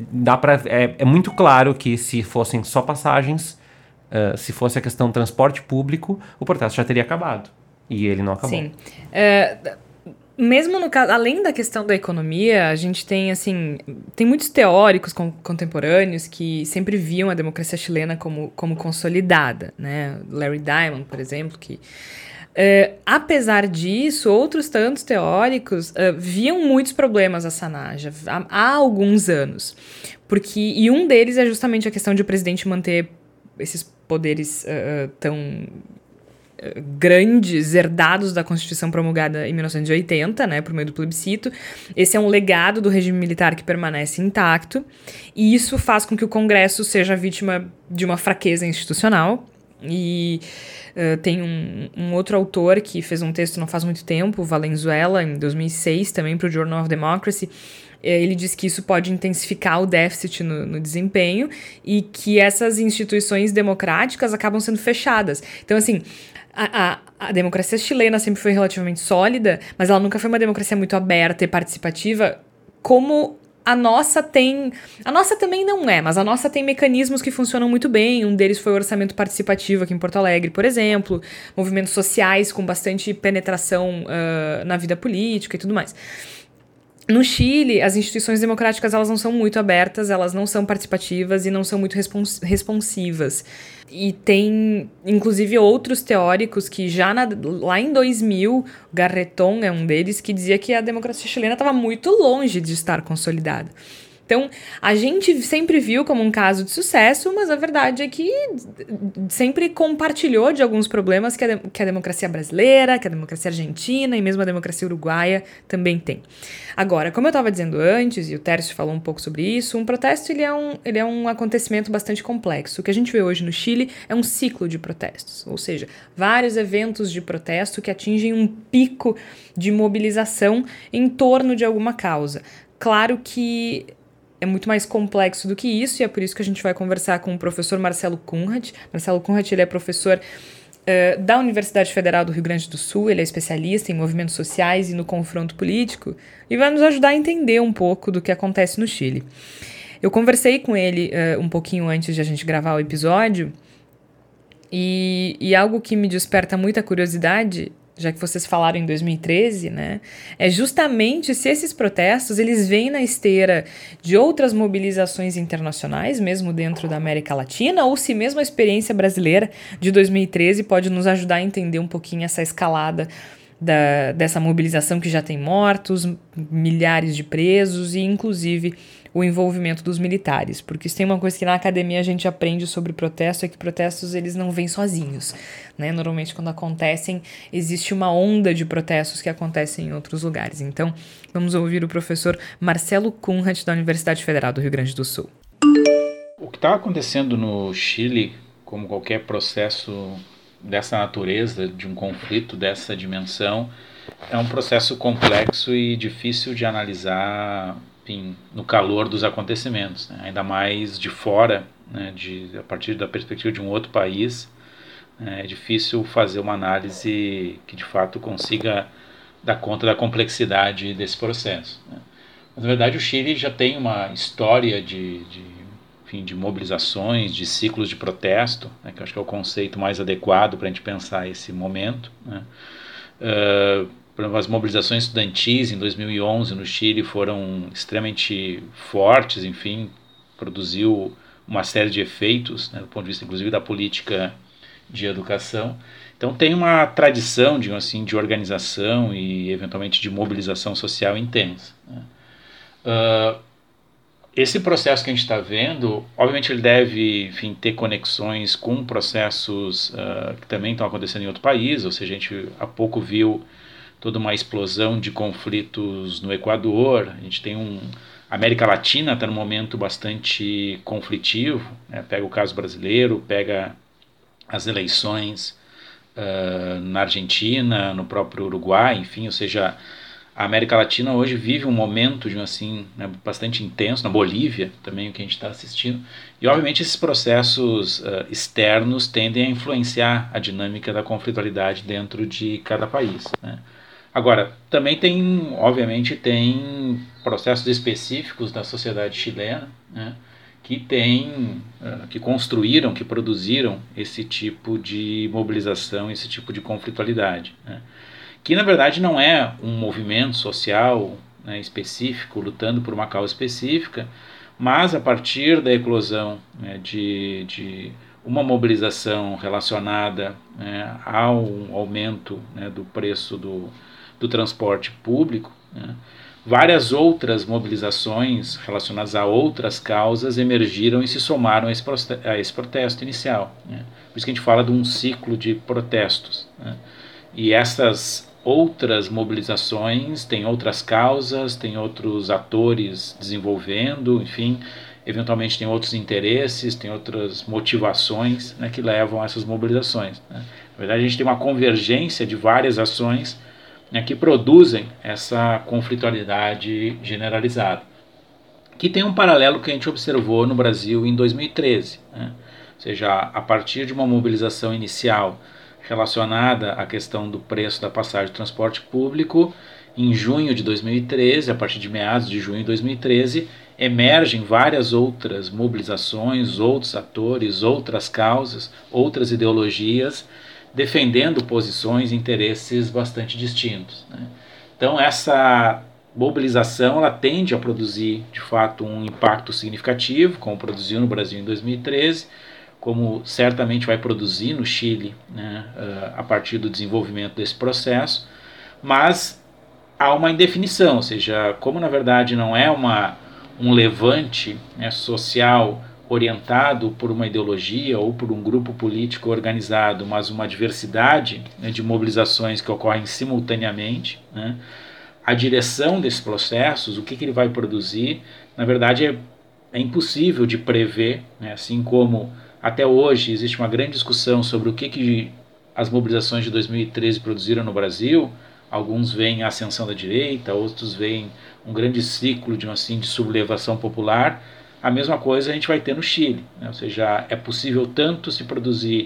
É muito claro que se fossem só passagens, se fosse a questão do transporte público, o protesto já teria acabado. E ele não acabou. Sim. Mesmo no caso, além da questão da economia, a gente tem, assim, tem muitos teóricos contemporâneos que sempre viam a democracia chilena como consolidada, né? Larry Diamond, por exemplo, que... apesar disso, outros tantos teóricos viam muitos problemas a sanar já há alguns anos. E um deles é justamente a questão de o presidente manter esses poderes tão grandes, herdados da Constituição promulgada em 1980, né, por meio do plebiscito. Esse é um legado do regime militar que permanece intacto, e isso faz com que o Congresso seja vítima de uma fraqueza institucional. E tem um outro autor que fez um texto não faz muito tempo, Valenzuela, em 2006, também para o Journal of Democracy. Ele diz que isso pode intensificar o déficit no desempenho e que essas instituições democráticas acabam sendo fechadas. Então, assim, a democracia chilena sempre foi relativamente sólida, mas ela nunca foi uma democracia muito aberta e participativa como a nossa tem... A nossa também não é, mas a nossa tem mecanismos que funcionam muito bem. Um deles foi o orçamento participativo aqui em Porto Alegre, por exemplo. Movimentos sociais com bastante penetração na vida política e tudo mais. No Chile, as instituições democráticas elas não são muito abertas, elas não são participativas e não são muito responsivas. E tem, inclusive, outros teóricos que lá em 2000, Garretón é um deles, que dizia que a democracia chilena estava muito longe de estar consolidada. Então, a gente sempre viu como um caso de sucesso, mas a verdade é que sempre compartilhou de alguns problemas que a democracia brasileira, que a democracia argentina e mesmo a democracia uruguaia também tem. Agora, como eu estava dizendo antes, e o Tércio falou um pouco sobre isso, um protesto ele é um acontecimento bastante complexo. O que a gente vê hoje no Chile é um ciclo de protestos, ou seja, vários eventos de protesto que atingem um pico de mobilização em torno de alguma causa. Claro que é muito mais complexo do que isso, e é por isso que a gente vai conversar com o professor Marcelo Kunrat. Marcelo Kunrat, ele é professor da Universidade Federal do Rio Grande do Sul, ele é especialista em movimentos sociais e no confronto político, e vai nos ajudar a entender um pouco do que acontece no Chile. Eu conversei com ele um pouquinho antes de a gente gravar o episódio, e algo que me desperta muita curiosidade, já que vocês falaram em 2013, né, é justamente se esses protestos eles vêm na esteira de outras mobilizações internacionais, mesmo dentro da América Latina, ou se mesmo a experiência brasileira de 2013 pode nos ajudar a entender um pouquinho essa escalada dessa mobilização que já tem mortos, milhares de presos e, inclusive, o envolvimento dos militares. Porque se tem uma coisa que na academia a gente aprende sobre protesto é que protestos eles não vêm sozinhos, né? Normalmente, quando acontecem, existe uma onda de protestos que acontecem em outros lugares. Então, vamos ouvir o professor Marcelo Kunrat, da Universidade Federal do Rio Grande do Sul. O que está acontecendo no Chile, como qualquer processo dessa natureza, de um conflito dessa dimensão, é um processo complexo e difícil de analisar, enfim, no calor dos acontecimentos, né? Ainda mais de fora, né? A partir da perspectiva de um outro país, é difícil fazer uma análise que de fato consiga dar conta da complexidade desse processo, né? Mas, na verdade, o Chile já tem uma história de mobilizações, de ciclos de protesto, né, que eu acho que é o conceito mais adequado para a gente pensar esse momento, né. Por exemplo, as mobilizações estudantis em 2011 no Chile foram extremamente fortes, enfim, produziu uma série de efeitos, né, do ponto de vista inclusive da política de educação. Então tem uma tradição, digamos assim, de organização e eventualmente de mobilização social intensa, né. Esse processo que a gente está vendo, obviamente ele deve, enfim, ter conexões com processos que também estão acontecendo em outro país, ou seja, a gente há pouco viu toda uma explosão de conflitos no Equador, a gente tem a América Latina está num momento bastante conflitivo, né? Pega o caso brasileiro, pega as eleições na Argentina, no próprio Uruguai, enfim, ou seja, a América Latina hoje vive um momento de né, bastante intenso, na Bolívia também o que a gente está assistindo, e obviamente esses processos externos tendem a influenciar a dinâmica da conflitualidade dentro de cada país, né? Agora, também obviamente tem processos específicos da sociedade chilena, né, que construíram, que produziram esse tipo de mobilização, esse tipo de conflitualidade, né, que na verdade não é um movimento social, né, específico, lutando por uma causa específica, mas a partir da eclosão, né, de uma mobilização relacionada, né, ao aumento, né, do preço do transporte público, né, várias outras mobilizações relacionadas a outras causas emergiram e se somaram a esse protesto inicial, né. Por isso que a gente fala de um ciclo de protestos, né. E essas outras mobilizações têm outras causas, tem outros atores desenvolvendo, enfim, eventualmente tem outros interesses, tem outras motivações, né, que levam a essas mobilizações, né. Na verdade, a gente tem uma convergência de várias ações, né, que produzem essa conflitualidade generalizada, que tem um paralelo que a gente observou no Brasil em 2013, né, ou seja, a partir de uma mobilização inicial relacionada à questão do preço da passagem de transporte público, em junho de 2013, a partir de meados de junho de 2013, emergem várias outras mobilizações, outros atores, outras causas, outras ideologias, defendendo posições e interesses bastante distintos, né. Então essa mobilização ela tende a produzir, de fato, um impacto significativo, como produziu no Brasil em 2013, como certamente vai produzir no Chile, né, a partir do desenvolvimento desse processo, mas há uma indefinição, ou seja, como na verdade não é um levante, né, social orientado por uma ideologia ou por um grupo político organizado, mas uma diversidade, né, de mobilizações que ocorrem simultaneamente, né, a direção desses processos, o que ele vai produzir, na verdade é impossível de prever, né, assim como até hoje existe uma grande discussão sobre o que as mobilizações de 2013 produziram no Brasil. Alguns veem a ascensão da direita, outros veem um grande ciclo de sublevação popular. A mesma coisa a gente vai ter no Chile, né? Ou seja, é possível tanto se produzir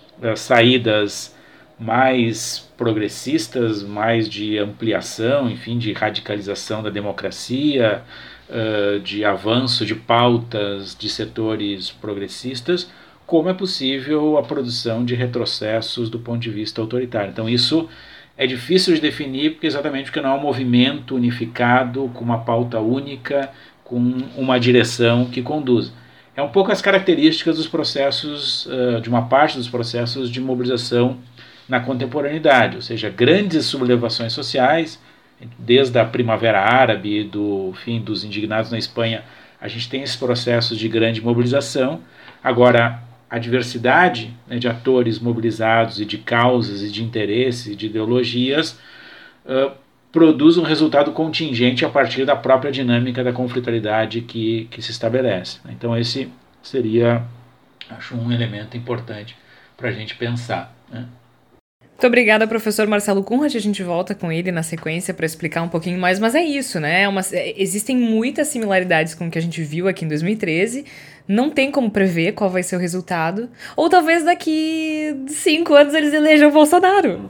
saídas mais progressistas, mais de ampliação, enfim, de radicalização da democracia, de avanço de pautas de setores progressistas, como é possível a produção de retrocessos do ponto de vista autoritário. Então isso é difícil de definir, exatamente porque não é um movimento unificado, com uma pauta única, com uma direção que conduz. É um pouco as características dos processos, de uma parte dos processos de mobilização na contemporaneidade, ou seja, grandes sublevações sociais, desde a Primavera Árabe, do fim dos indignados na Espanha, a gente tem esses processos de grande mobilização. Agora, a diversidade, né, de atores mobilizados e de causas e de interesses e de ideologias produz um resultado contingente a partir da própria dinâmica da conflitualidade que se estabelece. Então esse seria, acho, um elemento importante para a gente pensar, né? Muito obrigada, professor Marcelo Kunrat. A gente volta com ele na sequência para explicar um pouquinho mais, mas é isso, né? Existem muitas similaridades com o que a gente viu aqui em 2013, não tem como prever qual vai ser o resultado, ou talvez daqui 5 anos eles elejam o Bolsonaro.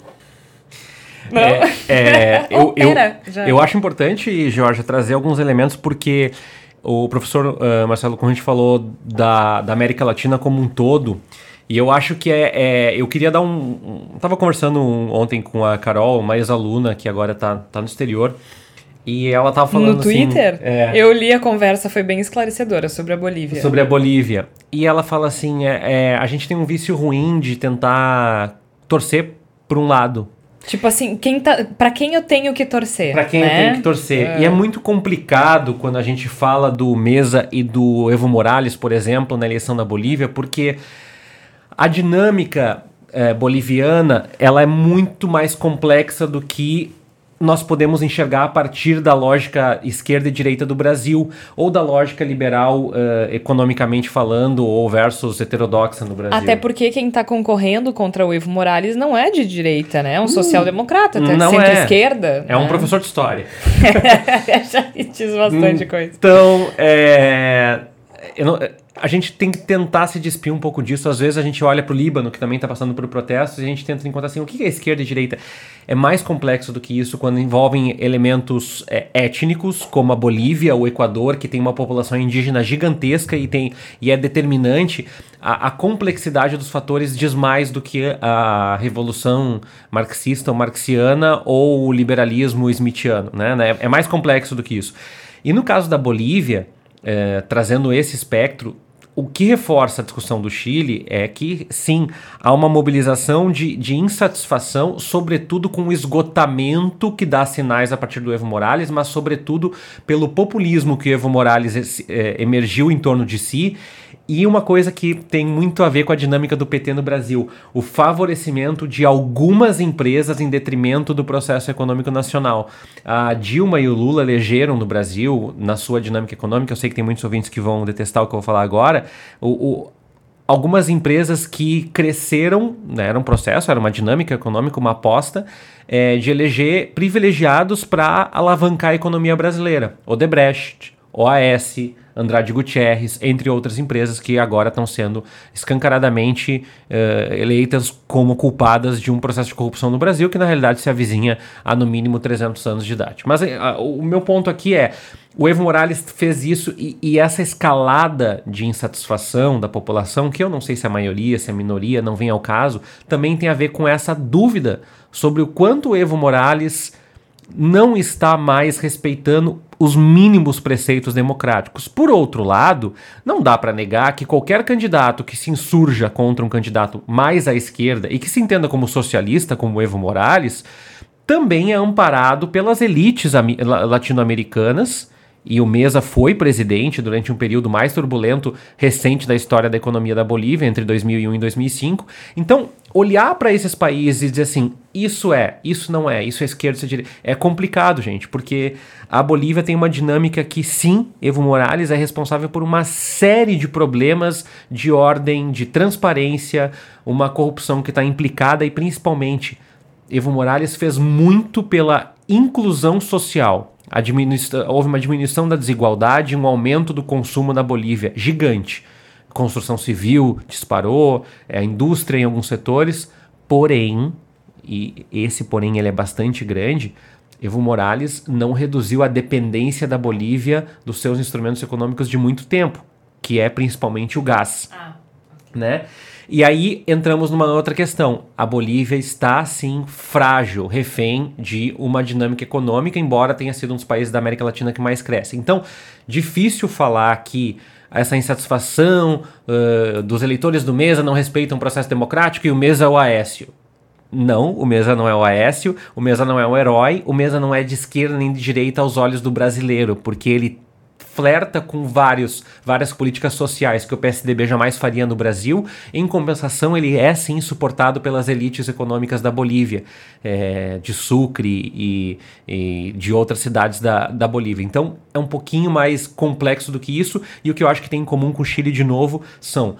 Não? Eu acho importante, Georgia, trazer alguns elementos, porque o professor Marcelo Kunrat falou da América Latina como um todo. E eu acho que eu queria dar Estava conversando ontem com a Carol, uma ex-aluna que agora tá no exterior, e ela tava falando no Twitter? Assim, eu li a conversa, foi bem esclarecedora sobre a Bolívia. Sobre a Bolívia. E ela fala assim, a gente tem um vício ruim de tentar torcer por um lado. Tipo assim, pra quem eu tenho que torcer? Pra quem, né, eu tenho que torcer. E é muito complicado quando a gente fala do Mesa e do Evo Morales, por exemplo, na eleição da Bolívia, porque a dinâmica boliviana, ela é muito mais complexa do que nós podemos enxergar a partir da lógica esquerda e direita do Brasil, ou da lógica liberal, economicamente falando, ou versus heterodoxa no Brasil. Até porque quem está concorrendo contra o Evo Morales não é de direita, né? É um social-democrata, centro-esquerda. É um professor de história. Já diz bastante coisa. Então, a gente tem que tentar se despir um pouco disso. Às vezes a gente olha para o Líbano, que também está passando por protestos, e a gente tenta encontrar assim, o que é esquerda e direita? É mais complexo do que isso quando envolvem elementos étnicos, como a Bolívia, o Equador, que tem uma população indígena gigantesca e é determinante. A complexidade dos fatores diz mais do que a revolução marxista ou marxiana ou o liberalismo smithiano, né? É mais complexo do que isso. E no caso da Bolívia, trazendo esse espectro, o que reforça a discussão do Chile é que, sim, há uma mobilização de insatisfação, sobretudo com o esgotamento que dá sinais a partir do Evo Morales, mas sobretudo pelo populismo que o Evo Morales emergiu em torno de si. E uma coisa que tem muito a ver com a dinâmica do PT no Brasil, o favorecimento de algumas empresas em detrimento do processo econômico nacional. A Dilma e o Lula elegeram no Brasil, na sua dinâmica econômica, eu sei que tem muitos ouvintes que vão detestar o que eu vou falar agora, algumas empresas que cresceram, né, era um processo, era uma dinâmica econômica, uma aposta de eleger privilegiados para alavancar a economia brasileira. Odebrecht, OAS, Andrade Gutierrez, entre outras empresas que agora estão sendo escancaradamente eleitas como culpadas de um processo de corrupção no Brasil, que na realidade se avizinha a no mínimo 300 anos de idade. Mas o meu ponto aqui o Evo Morales fez isso e essa escalada de insatisfação da população, que eu não sei se é a maioria, se é a minoria, não vem ao caso, também tem a ver com essa dúvida sobre o quanto o Evo Morales não está mais respeitando os mínimos preceitos democráticos. Por outro lado, não dá para negar que qualquer candidato que se insurja contra um candidato mais à esquerda e que se entenda como socialista, como Evo Morales, também é amparado pelas elites latino-americanas, e o Mesa foi presidente durante um período mais turbulento recente da história da economia da Bolívia, entre 2001 e 2005. Então, olhar para esses países e dizer assim, isso não é, isso é esquerda, isso é direita, é complicado, gente, porque a Bolívia tem uma dinâmica que, sim, Evo Morales é responsável por uma série de problemas de ordem, de transparência, uma corrupção que está implicada e, principalmente, Evo Morales fez muito pela inclusão social. Houve uma diminuição da desigualdade e um aumento do consumo na Bolívia gigante. Construção civil disparou, a indústria em alguns setores, porém, e esse porém ele é bastante grande, Evo Morales não reduziu a dependência da Bolívia dos seus instrumentos econômicos de muito tempo, que é principalmente o gás. Né? E aí entramos numa outra questão. A Bolívia está, sim, frágil, refém de uma dinâmica econômica, embora tenha sido um dos países da América Latina que mais cresce. Então, difícil falar que essa insatisfação dos eleitores do Mesa não respeitam o processo democrático e o Mesa é o Aécio. Não, o Mesa não é o Aécio, o Mesa não é um herói, o Mesa não é de esquerda nem de direita aos olhos do brasileiro, porque ele flerta com várias políticas sociais que o PSDB jamais faria no Brasil. Em compensação, ele é sim suportado pelas elites econômicas da Bolívia, de Sucre e de outras cidades da Bolívia. Então, é um pouquinho mais complexo do que isso, e o que eu acho que tem em comum com o Chile, de novo, são...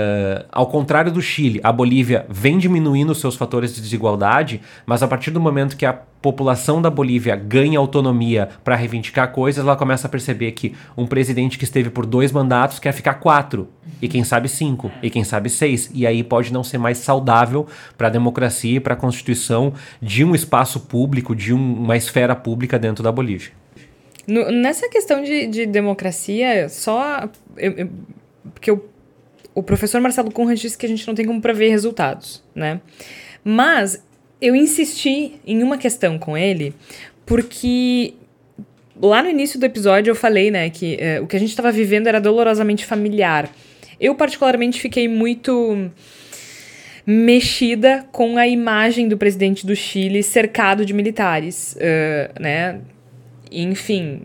ao contrário do Chile, a Bolívia vem diminuindo os seus fatores de desigualdade, mas a partir do momento que a população da Bolívia ganha autonomia para reivindicar coisas, ela começa a perceber que um presidente que esteve por 2 mandatos quer ficar 4, e quem sabe 5, e quem sabe 6, e aí pode não ser mais saudável para a democracia e para a constituição de um espaço público, de uma esfera pública dentro da Bolívia. Nessa questão de democracia, porque o professor Marcelo Cunha disse que a gente não tem como prever resultados, né? Mas eu insisti em uma questão com ele, porque lá no início do episódio eu falei, né, que o que a gente estava vivendo era dolorosamente familiar. Eu, particularmente, fiquei muito mexida com a imagem do presidente do Chile cercado de militares, né? Enfim...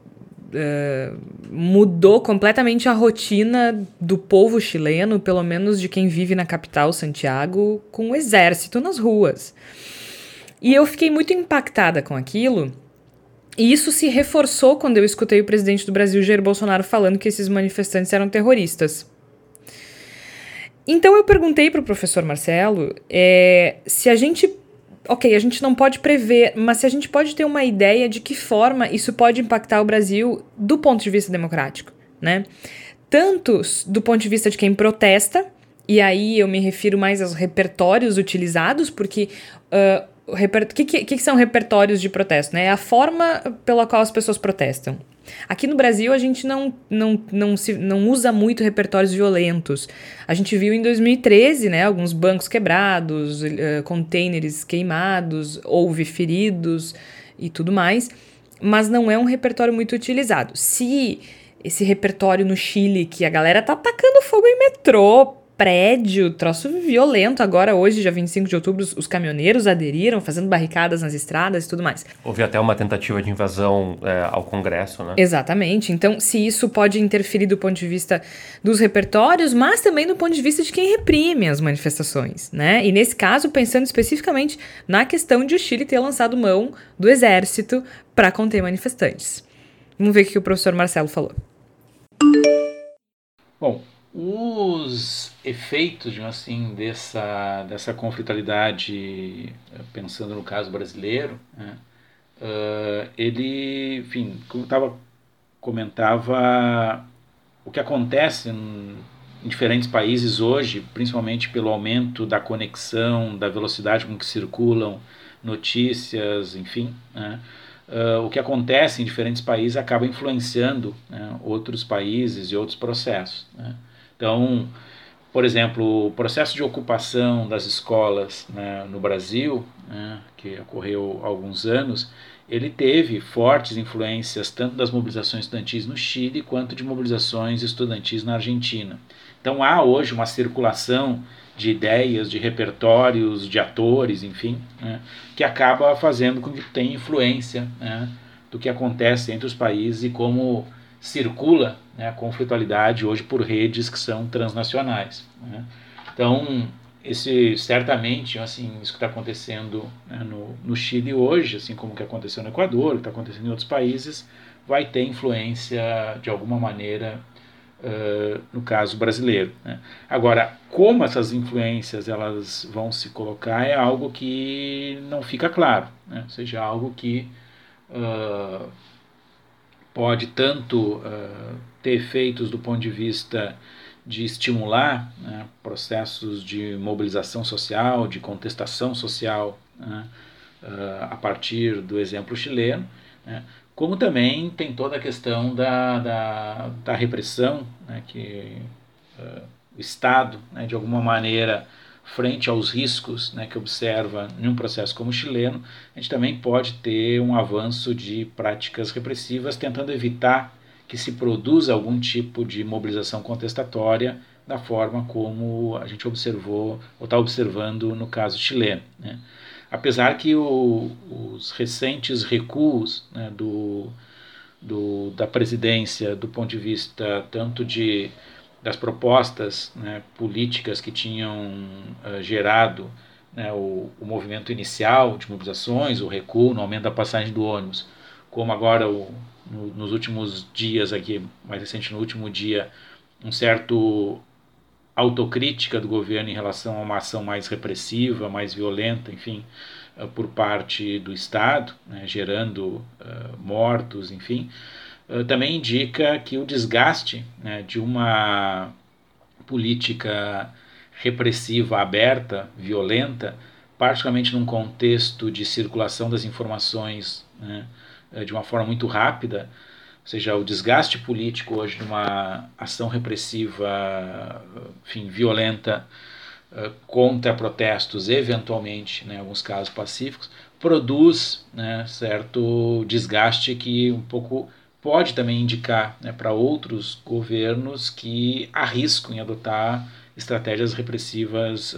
mudou completamente a rotina do povo chileno, pelo menos de quem vive na capital, Santiago, com o exército nas ruas. E eu fiquei muito impactada com aquilo, e isso se reforçou quando eu escutei o presidente do Brasil, Jair Bolsonaro, falando que esses manifestantes eram terroristas. Então eu perguntei para o professor Marcelo se a gente... Ok, a gente não pode prever, mas se a gente pode ter uma ideia de que forma isso pode impactar o Brasil do ponto de vista democrático, né? Tanto do ponto de vista de quem protesta, e aí eu me refiro mais aos repertórios utilizados, porque o que são repertórios de protesto, né? É a forma pela qual as pessoas protestam. Aqui no Brasil, a gente não usa muito repertórios violentos. A gente viu em 2013, né, alguns bancos quebrados, containers queimados, houve feridos e tudo mais, mas não é um repertório muito utilizado. Se esse repertório no Chile, que a galera tá atacando fogo em metrô, prédio, troço violento. Agora, hoje, dia 25 de outubro, os caminhoneiros aderiram, fazendo barricadas nas estradas e tudo mais. Houve até uma tentativa de invasão ao Congresso, né? Exatamente. Então, se isso pode interferir do ponto de vista dos repertórios, mas também do ponto de vista de quem reprime as manifestações, né? E nesse caso, pensando especificamente na questão de o Chile ter lançado mão do exército para conter manifestantes. Vamos ver o que o professor Marcelo falou. Bom, os efeitos, assim, dessa conflitualidade, pensando no caso brasileiro, né, ele, enfim, como comentava, o que acontece em diferentes países hoje, principalmente pelo aumento da conexão, da velocidade com que circulam notícias, enfim, né, o que acontece em diferentes países acaba influenciando, né, outros países e outros processos, né. Então, por exemplo, o processo de ocupação das escolas, né, no Brasil, né, que ocorreu há alguns anos, ele teve fortes influências tanto das mobilizações estudantis no Chile quanto de mobilizações estudantis na Argentina. Então há hoje uma circulação de ideias, de repertórios, de atores, enfim, né, que acaba fazendo com que tenha influência, né, do que acontece entre os países e como circula, né, a conflitualidade hoje por redes que são transnacionais, né. Então, certamente, assim, isso que está acontecendo, né, no Chile hoje, assim como o que aconteceu no Equador, o que está acontecendo em outros países, vai ter influência de alguma maneira no caso brasileiro, né? Agora, como essas influências elas vão se colocar é algo que não fica claro, né? Ou seja, algo que pode tanto ter efeitos do ponto de vista de estimular, né, processos de mobilização social, de contestação social, né, a partir do exemplo chileno, né, como também tem toda a questão da repressão, né, que o Estado, né, de alguma maneira, frente aos riscos, né, que observa em um processo como o chileno, a gente também pode ter um avanço de práticas repressivas tentando evitar que se produza algum tipo de mobilização contestatória da forma como a gente observou ou está observando no caso chileno, né? Apesar que os recentes recuos, né, da presidência do ponto de vista tanto das propostas, né, políticas que tinham gerado, né, o movimento inicial de mobilizações, o recuo no aumento da passagem do ônibus, como agora nos últimos dias aqui, mais recente no último dia, um certo autocrítica do governo em relação a uma ação mais repressiva, mais violenta, enfim, por parte do Estado, né, gerando mortos, enfim, também indica que o desgaste, né, de uma política repressiva aberta, violenta, particularmente num contexto de circulação das informações, né, de uma forma muito rápida, ou seja, o desgaste político hoje de uma ação repressiva, enfim, violenta, contra protestos, eventualmente, né, em alguns casos pacíficos, produz, né, certo desgaste que um pouco pode também indicar, né, para outros governos que arriscam em adotar estratégias repressivas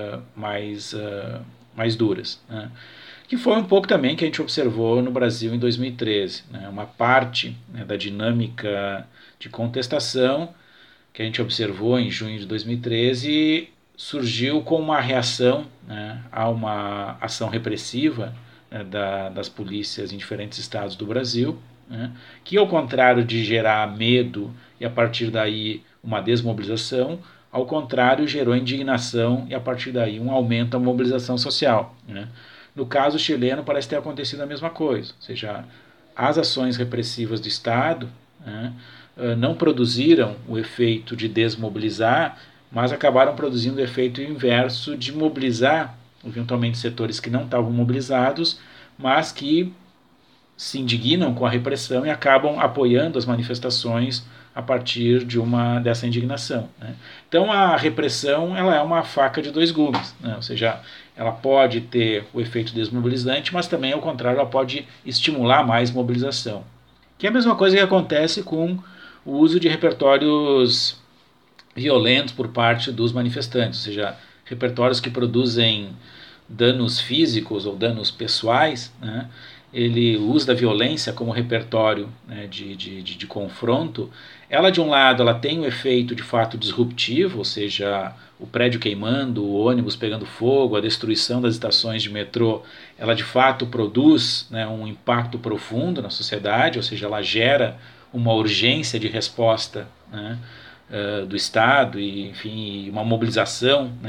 mais duras, né? Que foi um pouco também que a gente observou no Brasil em 2013, né? Uma parte, né, da dinâmica de contestação que a gente observou em junho de 2013 surgiu com uma reação, né, a uma ação repressiva, né, das polícias em diferentes estados do Brasil, né, que ao contrário de gerar medo e a partir daí uma desmobilização, ao contrário gerou indignação e a partir daí um aumento da mobilização social, né. No caso chileno parece ter acontecido a mesma coisa, ou seja, as ações repressivas do Estado, né, não produziram o efeito de desmobilizar, mas acabaram produzindo o efeito inverso de mobilizar, eventualmente, setores que não estavam mobilizados, mas que se indignam com a repressão e acabam apoiando as manifestações a partir dessa indignação, né? Então a repressão ela é uma faca de dois gumes, né? Ou seja, ela pode ter o efeito desmobilizante, mas também, ao contrário, ela pode estimular mais mobilização. Que é a mesma coisa que acontece com o uso de repertórios violentos por parte dos manifestantes, ou seja, repertórios que produzem danos físicos ou danos pessoais, né? Ele usa da violência como repertório, né, de confronto. Ela, de um lado, ela tem um efeito de fato disruptivo, ou seja, o prédio queimando, o ônibus pegando fogo, a destruição das estações de metrô, ela de fato produz, né, um impacto profundo na sociedade, ou seja, ela gera uma urgência de resposta, né, do Estado e, enfim, uma mobilização, né,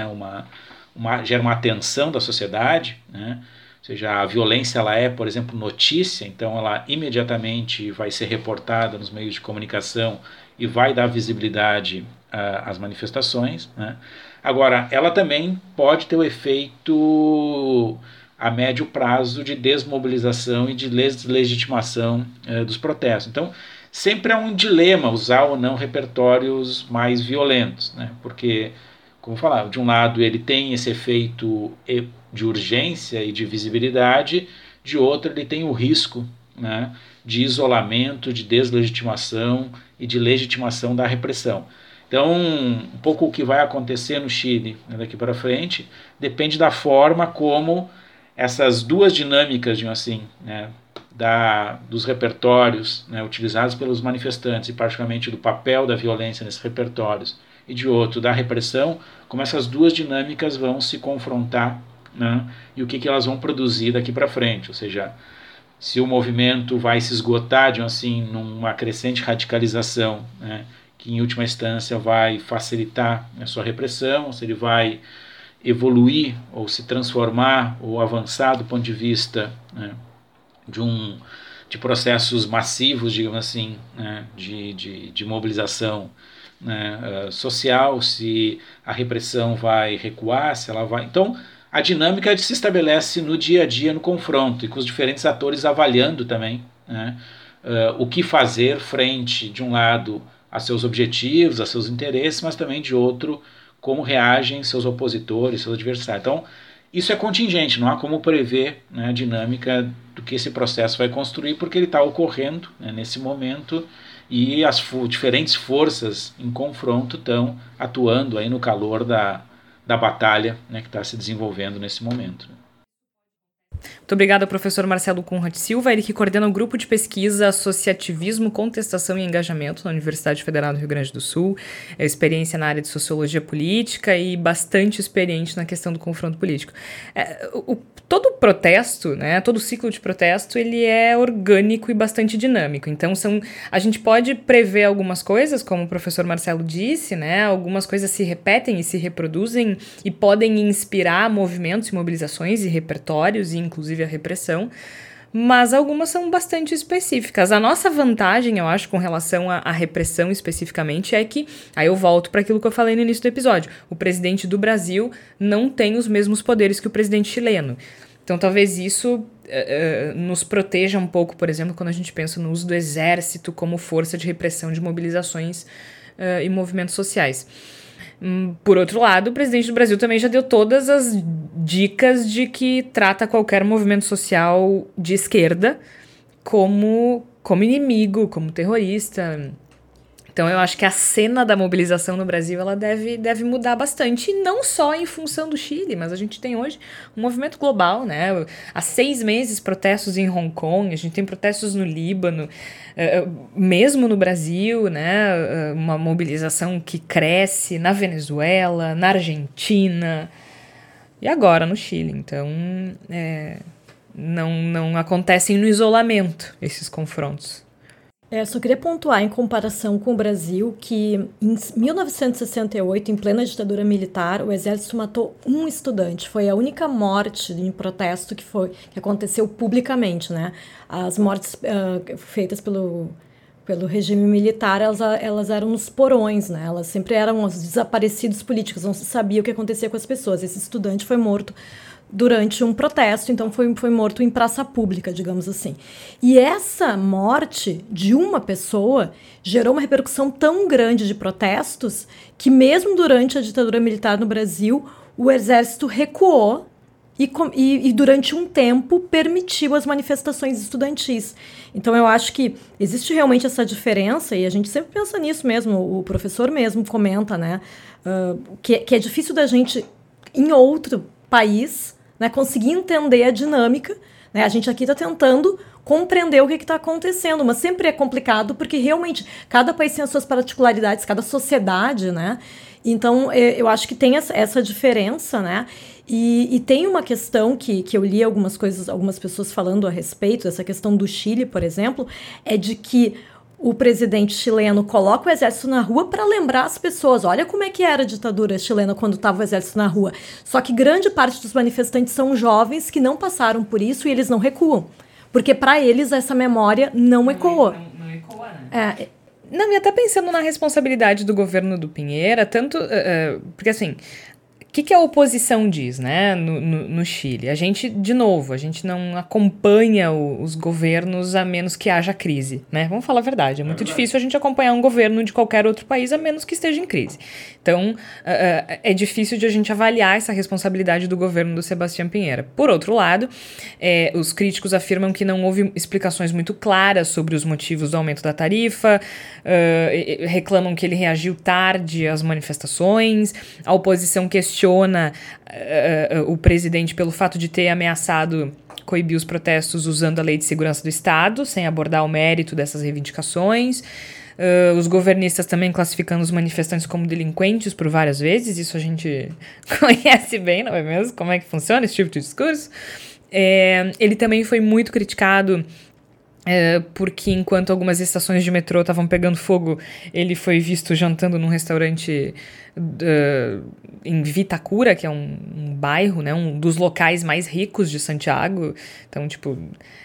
gera uma atenção da sociedade, né? Ou seja, a violência ela é, por exemplo, notícia, então ela imediatamente vai ser reportada nos meios de comunicação e vai dar visibilidade às manifestações, né? Agora, ela também pode ter o efeito a médio prazo de desmobilização e de deslegitimação dos protestos. Então, sempre é um dilema usar ou não repertórios mais violentos, né? Porque, como eu falava, de um lado ele tem esse efeito de urgência e de visibilidade, de outro ele tem o risco, né, de isolamento, de deslegitimação e de legitimação da repressão. Então, um pouco o que vai acontecer no Chile, né, daqui para frente depende da forma como essas duas dinâmicas, assim, né, dos repertórios, né, utilizados pelos manifestantes, e particularmente do papel da violência nesses repertórios, e de outro, da repressão, como essas duas dinâmicas vão se confrontar, né, e o que elas vão produzir daqui para frente. Ou seja, se o movimento vai se esgotar, assim, numa crescente radicalização, né, que em última instância vai facilitar a sua repressão, se ele vai evoluir ou se transformar ou avançar do ponto de vista, né, de processos massivos, digamos assim, né, de mobilização, né, social, se a repressão vai recuar, se ela vai... Então, a dinâmica se estabelece no dia a dia, no confronto, e com os diferentes atores avaliando também, né, o que fazer frente, de um lado, a seus objetivos, a seus interesses, mas também de outro, como reagem seus opositores, seus adversários. Então, isso é contingente, não há como prever, né, a dinâmica do que esse processo vai construir, porque ele está ocorrendo, né, nesse momento, e as diferentes forças em confronto estão atuando aí no calor da batalha, né, que está se desenvolvendo nesse momento. Muito obrigada ao professor Marcelo Conrad Silva, ele que coordena o grupo de pesquisa Associativismo, Contestação e Engajamento na Universidade Federal do Rio Grande do Sul, experiência na área de Sociologia Política e bastante experiente na questão do confronto político. Todo protesto, né, todo ciclo de protesto, ele é orgânico e bastante dinâmico. Então, a gente pode prever algumas coisas, como o professor Marcelo disse, né, algumas coisas se repetem e se reproduzem e podem inspirar movimentos e mobilizações e repertórios, e inclusive a repressão, mas algumas são bastante específicas. A nossa vantagem, eu acho, com relação à repressão especificamente, é que, aí eu volto para aquilo que eu falei no início do episódio, o presidente do Brasil não tem os mesmos poderes que o presidente chileno. Então talvez isso nos proteja um pouco, por exemplo, quando a gente pensa no uso do exército como força de repressão de mobilizações e movimentos sociais. Por outro lado, o presidente do Brasil também já deu todas as dicas de que trata qualquer movimento social de esquerda como inimigo, como terrorista. Então eu acho que a cena da mobilização no Brasil ela deve mudar bastante, e não só em função do Chile, mas a gente tem hoje um movimento global, né? Há 6 meses protestos em Hong Kong, a gente tem protestos no Líbano, mesmo no Brasil, né? Uma mobilização que cresce na Venezuela, na Argentina e agora no Chile. Então não acontecem no isolamento esses confrontos. Só queria pontuar, em comparação com o Brasil, que em 1968, em plena ditadura militar, o exército matou um estudante. Foi a única morte em protesto que aconteceu publicamente, né? As mortes feitas pelo regime militar, elas eram nos porões, né? Elas sempre eram os desaparecidos políticos, não se sabia o que acontecia com as pessoas. Esse estudante foi morto durante um protesto, então foi morto em praça pública, digamos assim. E essa morte de uma pessoa gerou uma repercussão tão grande de protestos que mesmo durante a ditadura militar no Brasil, o exército recuou e durante um tempo permitiu as manifestações estudantis. Então eu acho que existe realmente essa diferença, e a gente sempre pensa nisso mesmo, o professor mesmo comenta, né, que é difícil da gente, em outro país, né, conseguir entender a dinâmica, né? A gente aqui está tentando compreender o que está acontecendo, mas sempre é complicado porque realmente cada país tem as suas particularidades, cada sociedade, né? Então eu acho que tem essa diferença, né? E tem uma questão que eu li algumas pessoas falando a respeito, essa questão do Chile, por exemplo, é de que o presidente chileno coloca o exército na rua para lembrar as pessoas. Olha como é que era a ditadura chilena quando estava o exército na rua. Só que grande parte dos manifestantes são jovens que não passaram por isso e eles não recuam. Porque para eles essa memória não ecoou. Não ecoa, né? Não, e até pensando na responsabilidade do governo do Pinheira, tanto... porque assim... que a oposição diz, né, no Chile? A gente não acompanha os governos a menos que haja crise, né? Vamos falar a verdade, é muito difícil a gente acompanhar um governo de qualquer outro país a menos que esteja em crise. Então, é difícil de a gente avaliar essa responsabilidade do governo do Sebastián Pinheira. Por outro lado, os críticos afirmam que não houve explicações muito claras sobre os motivos do aumento da tarifa, reclamam que ele reagiu tarde às manifestações, a oposição questiona o presidente pelo fato de ter ameaçado coibir os protestos usando a Lei de Segurança do Estado, sem abordar o mérito dessas reivindicações. Os governistas também classificando os manifestantes como delinquentes por várias vezes, isso a gente conhece bem, não é mesmo? Como é que funciona esse tipo de discurso? Ele também foi muito criticado porque enquanto algumas estações de metrô estavam pegando fogo, ele foi visto jantando num restaurante em Vitacura, que é um bairro, né, um dos locais mais ricos de Santiago. Então, tipo,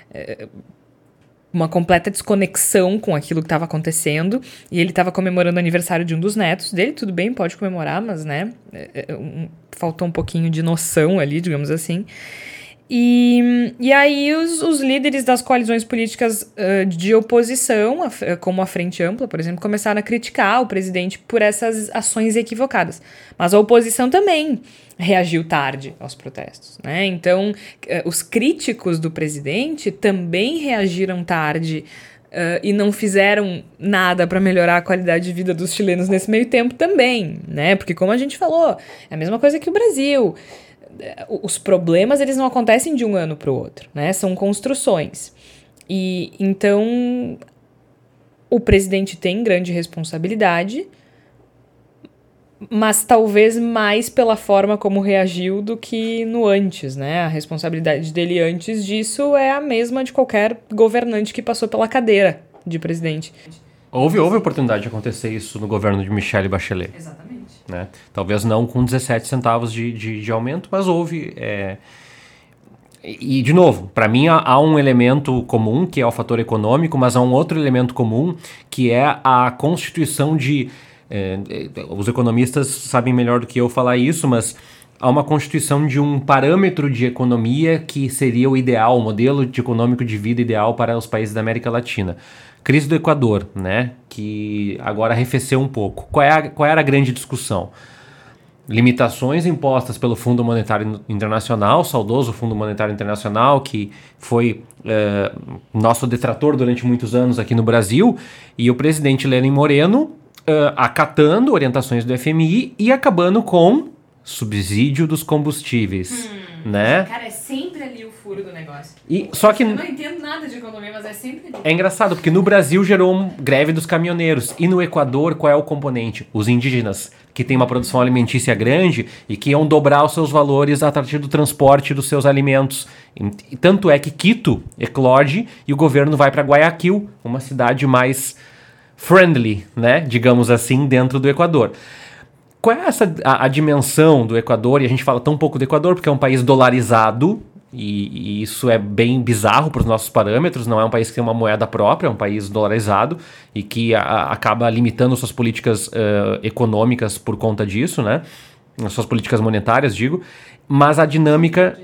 uma completa desconexão com aquilo que estava acontecendo, e ele estava comemorando o aniversário de um dos netos dele. Tudo bem, pode comemorar, mas, né, faltou um pouquinho de noção ali, digamos assim. E aí os líderes das coalizões políticas de oposição, como a Frente Ampla, por exemplo, começaram a criticar o presidente por essas ações equivocadas. Mas a oposição também reagiu tarde aos protestos, né? Então, os críticos do presidente também reagiram tarde e não fizeram nada para melhorar a qualidade de vida dos chilenos nesse meio tempo também, né? Porque, como a gente falou, é a mesma coisa que o Brasil. Os problemas, eles não acontecem de um ano para o outro, né? São construções. E então o presidente tem grande responsabilidade, mas talvez mais pela forma como reagiu do que no antes, né? A responsabilidade dele antes disso é a mesma de qualquer governante que passou pela cadeira de presidente. Houve oportunidade de acontecer isso no governo de Michelle Bachelet. Exatamente. Né? Talvez não com 17 centavos de aumento, mas houve. E, de novo, para mim há um elemento comum, que é o fator econômico, mas há um outro elemento comum, que é a constituição de... os economistas sabem melhor do que eu falar isso, mas há uma constituição de um parâmetro de economia que seria o ideal, o modelo econômico de vida ideal para os países da América Latina. Crise do Equador, né, que agora arrefeceu um pouco. Qual era a grande discussão? Limitações impostas pelo Fundo Monetário Internacional, saudoso Fundo Monetário Internacional, que foi nosso detrator durante muitos anos aqui no Brasil, e o presidente Lenin Moreno acatando orientações do FMI e acabando com subsídio dos combustíveis. Né? Cara, é sempre ali o furo do negócio. Só que eu não entendo nada de economia, mas é sempre ali. É engraçado, porque no Brasil gerou uma greve dos caminhoneiros. E no Equador, qual é o componente? Os indígenas, que têm uma produção alimentícia grande e que iam dobrar os seus valores a partir do transporte dos seus alimentos. E tanto é que Quito eclode e o governo vai para Guayaquil, uma cidade mais friendly, né? Digamos assim, dentro do Equador. Qual é a dimensão do Equador? E a gente fala tão pouco do Equador porque é um país dolarizado, e isso é bem bizarro para os nossos parâmetros. Não é um país que tem uma moeda própria, é um país dolarizado e que acaba limitando suas políticas econômicas por conta disso, né? Suas políticas monetárias, digo. Mas a dinâmica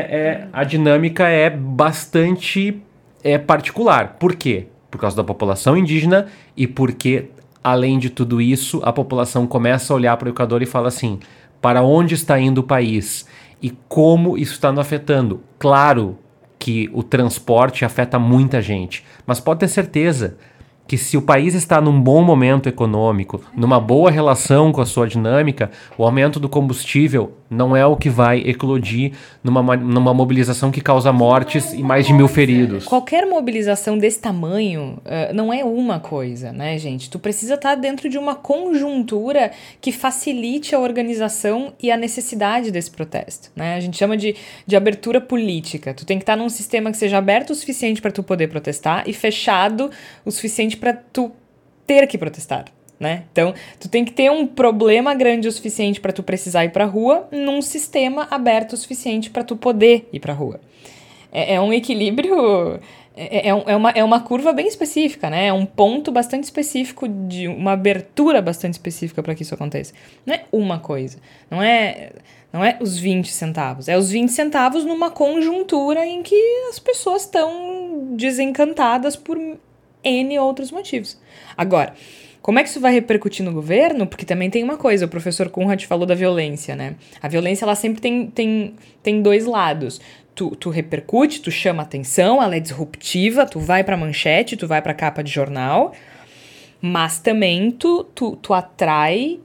é bastante particular. Por quê? Por causa da população indígena e porque... Além de tudo isso, a população começa a olhar para o Equador e fala assim, para onde está indo o país e como isso está nos afetando? Claro que o transporte afeta muita gente, mas pode ter certeza que se o país está num bom momento econômico, numa boa relação com a sua dinâmica, o aumento do combustível não é o que vai eclodir numa mobilização que causa mortes e mais de 1.000 feridos. Qualquer mobilização desse tamanho não é uma coisa, né, gente? Tu precisa estar dentro de uma conjuntura que facilite a organização e a necessidade desse protesto, né? A gente chama de abertura política. Tu tem que estar num sistema que seja aberto o suficiente para tu poder protestar e fechado o suficiente para tu ter que protestar, né? Então, tu tem que ter um problema grande o suficiente para tu precisar ir pra rua num sistema aberto o suficiente para tu poder ir pra rua. É um equilíbrio é uma curva bem específica, né? É um ponto bastante específico, de uma abertura bastante específica para que isso aconteça. Não é uma coisa. Não é os 20 centavos. É os 20 centavos numa conjuntura em que as pessoas estão desencantadas por N outros motivos. Agora, como é que isso vai repercutir no governo? Porque também tem uma coisa, o professor Conrad falou da violência, né? A violência, ela sempre tem dois lados. Tu repercute, tu chama atenção, ela é disruptiva, tu vai pra manchete, tu vai pra capa de jornal, mas também tu atrai,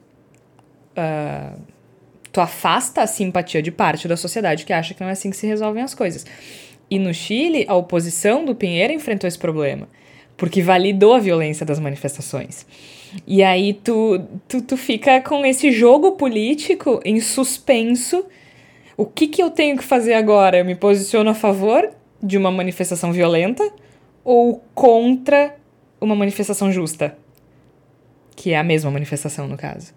tu afasta a simpatia de parte da sociedade que acha que não é assim que se resolvem as coisas. E no Chile, a oposição do Piñera enfrentou esse problema, porque validou a violência das manifestações. E aí tu fica com esse jogo político em suspenso. O que eu tenho que fazer agora? Eu me posiciono a favor de uma manifestação violenta ou contra uma manifestação justa? Que é a mesma manifestação, no caso.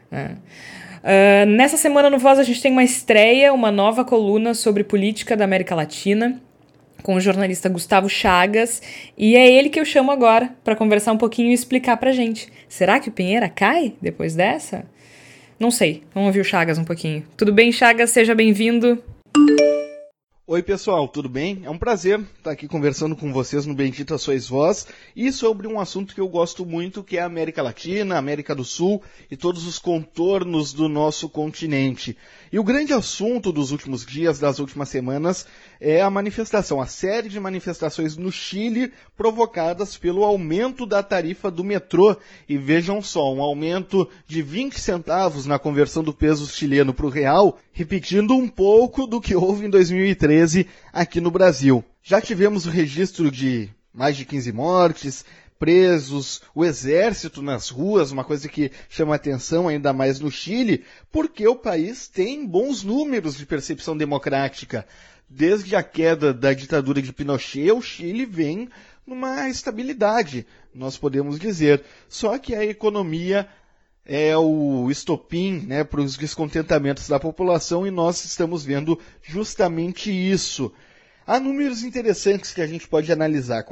Nessa semana no Voz a gente tem uma estreia, uma nova coluna sobre política da América Latina, com o jornalista Gustavo Chagas, e é ele que eu chamo agora para conversar um pouquinho e explicar pra gente. Será que o Piñera cai depois dessa? Não sei, vamos ouvir o Chagas um pouquinho. Tudo bem, Chagas? Seja bem-vindo. Oi, pessoal, tudo bem? É um prazer estar aqui conversando com vocês no Bendita Sois Vós e sobre um assunto que eu gosto muito, que é a América Latina, a América do Sul e todos os contornos do nosso continente. E o grande assunto dos últimos dias, das últimas semanas, é a manifestação, a série de manifestações no Chile provocadas pelo aumento da tarifa do metrô. E vejam só, um aumento de 20 centavos na conversão do peso chileno para o real, repetindo um pouco do que houve em 2013 aqui no Brasil. Já tivemos o registro de mais de 15 mortes, presos, o exército nas ruas, uma coisa que chama atenção ainda mais no Chile, porque o país tem bons números de percepção democrática. Desde a queda da ditadura de Pinochet, o Chile vem numa estabilidade, nós podemos dizer. Só que a economia é o estopim, né, para os descontentamentos da população e nós estamos vendo justamente isso. Há números interessantes que a gente pode analisar.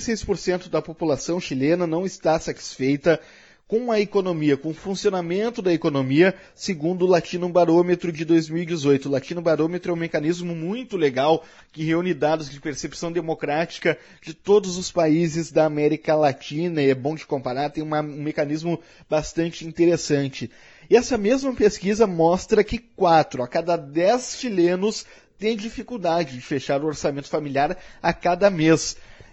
46% da população chilena não está satisfeita com a economia, com o funcionamento da economia, segundo o Latino Barômetro de 2018. O Latino Barômetro é um mecanismo muito legal que reúne dados de percepção democrática de todos os países da América Latina, e é bom de comparar, tem um mecanismo bastante interessante. E essa mesma pesquisa mostra que 4 a cada 10 chilenos têm dificuldade de fechar o orçamento familiar a cada mês.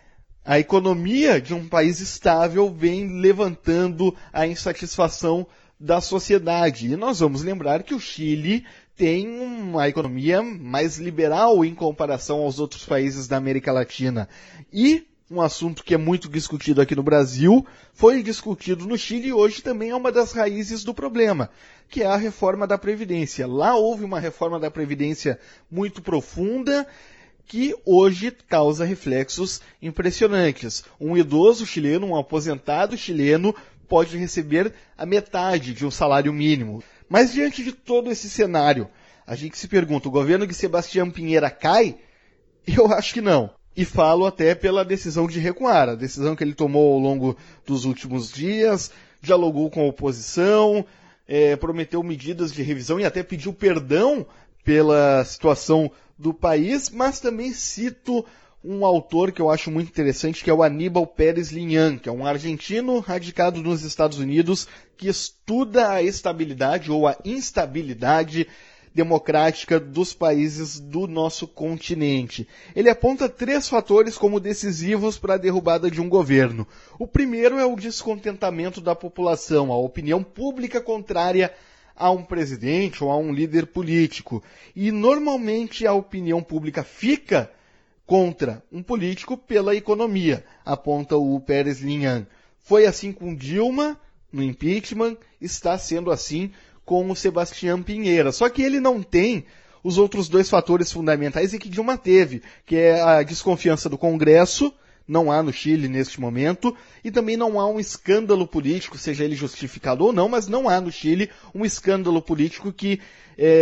A economia de um país estável vem levantando a insatisfação da sociedade. E nós vamos lembrar que o Chile tem uma economia mais liberal em comparação aos outros países da América Latina. E um assunto que é muito discutido aqui no Brasil foi discutido no Chile e hoje também é uma das raízes do problema, que é a reforma da Previdência. Lá houve uma reforma da Previdência muito profunda, que hoje causa reflexos impressionantes. Um idoso chileno, um aposentado chileno, pode receber a metade de um salário mínimo. Mas diante de todo esse cenário, a gente se pergunta, o governo de Sebastião Piñera cai? Eu acho que não. E falo até pela decisão de recuar, a decisão que ele tomou ao longo dos últimos dias, dialogou com a oposição, prometeu medidas de revisão e até pediu perdão pela situação do país, mas também cito um autor que eu acho muito interessante, que é o Aníbal Pérez Linhan, que é um argentino radicado nos Estados Unidos, que estuda a estabilidade ou a instabilidade democrática dos países do nosso continente. Ele aponta 3 fatores como decisivos para a derrubada de um governo. O primeiro é o descontentamento da população, a opinião pública contrária a um presidente ou a um líder político. E normalmente a opinião pública fica contra um político pela economia, aponta o Pérez Linhan. Foi assim com Dilma no impeachment, está sendo assim com o Sebastião Piñera. Só que ele não tem os outros 2 fatores fundamentais e que Dilma teve, que é a desconfiança do Congresso. Não há no Chile neste momento, e também não há um escândalo político, seja ele justificado ou não, mas não há no Chile um escândalo político que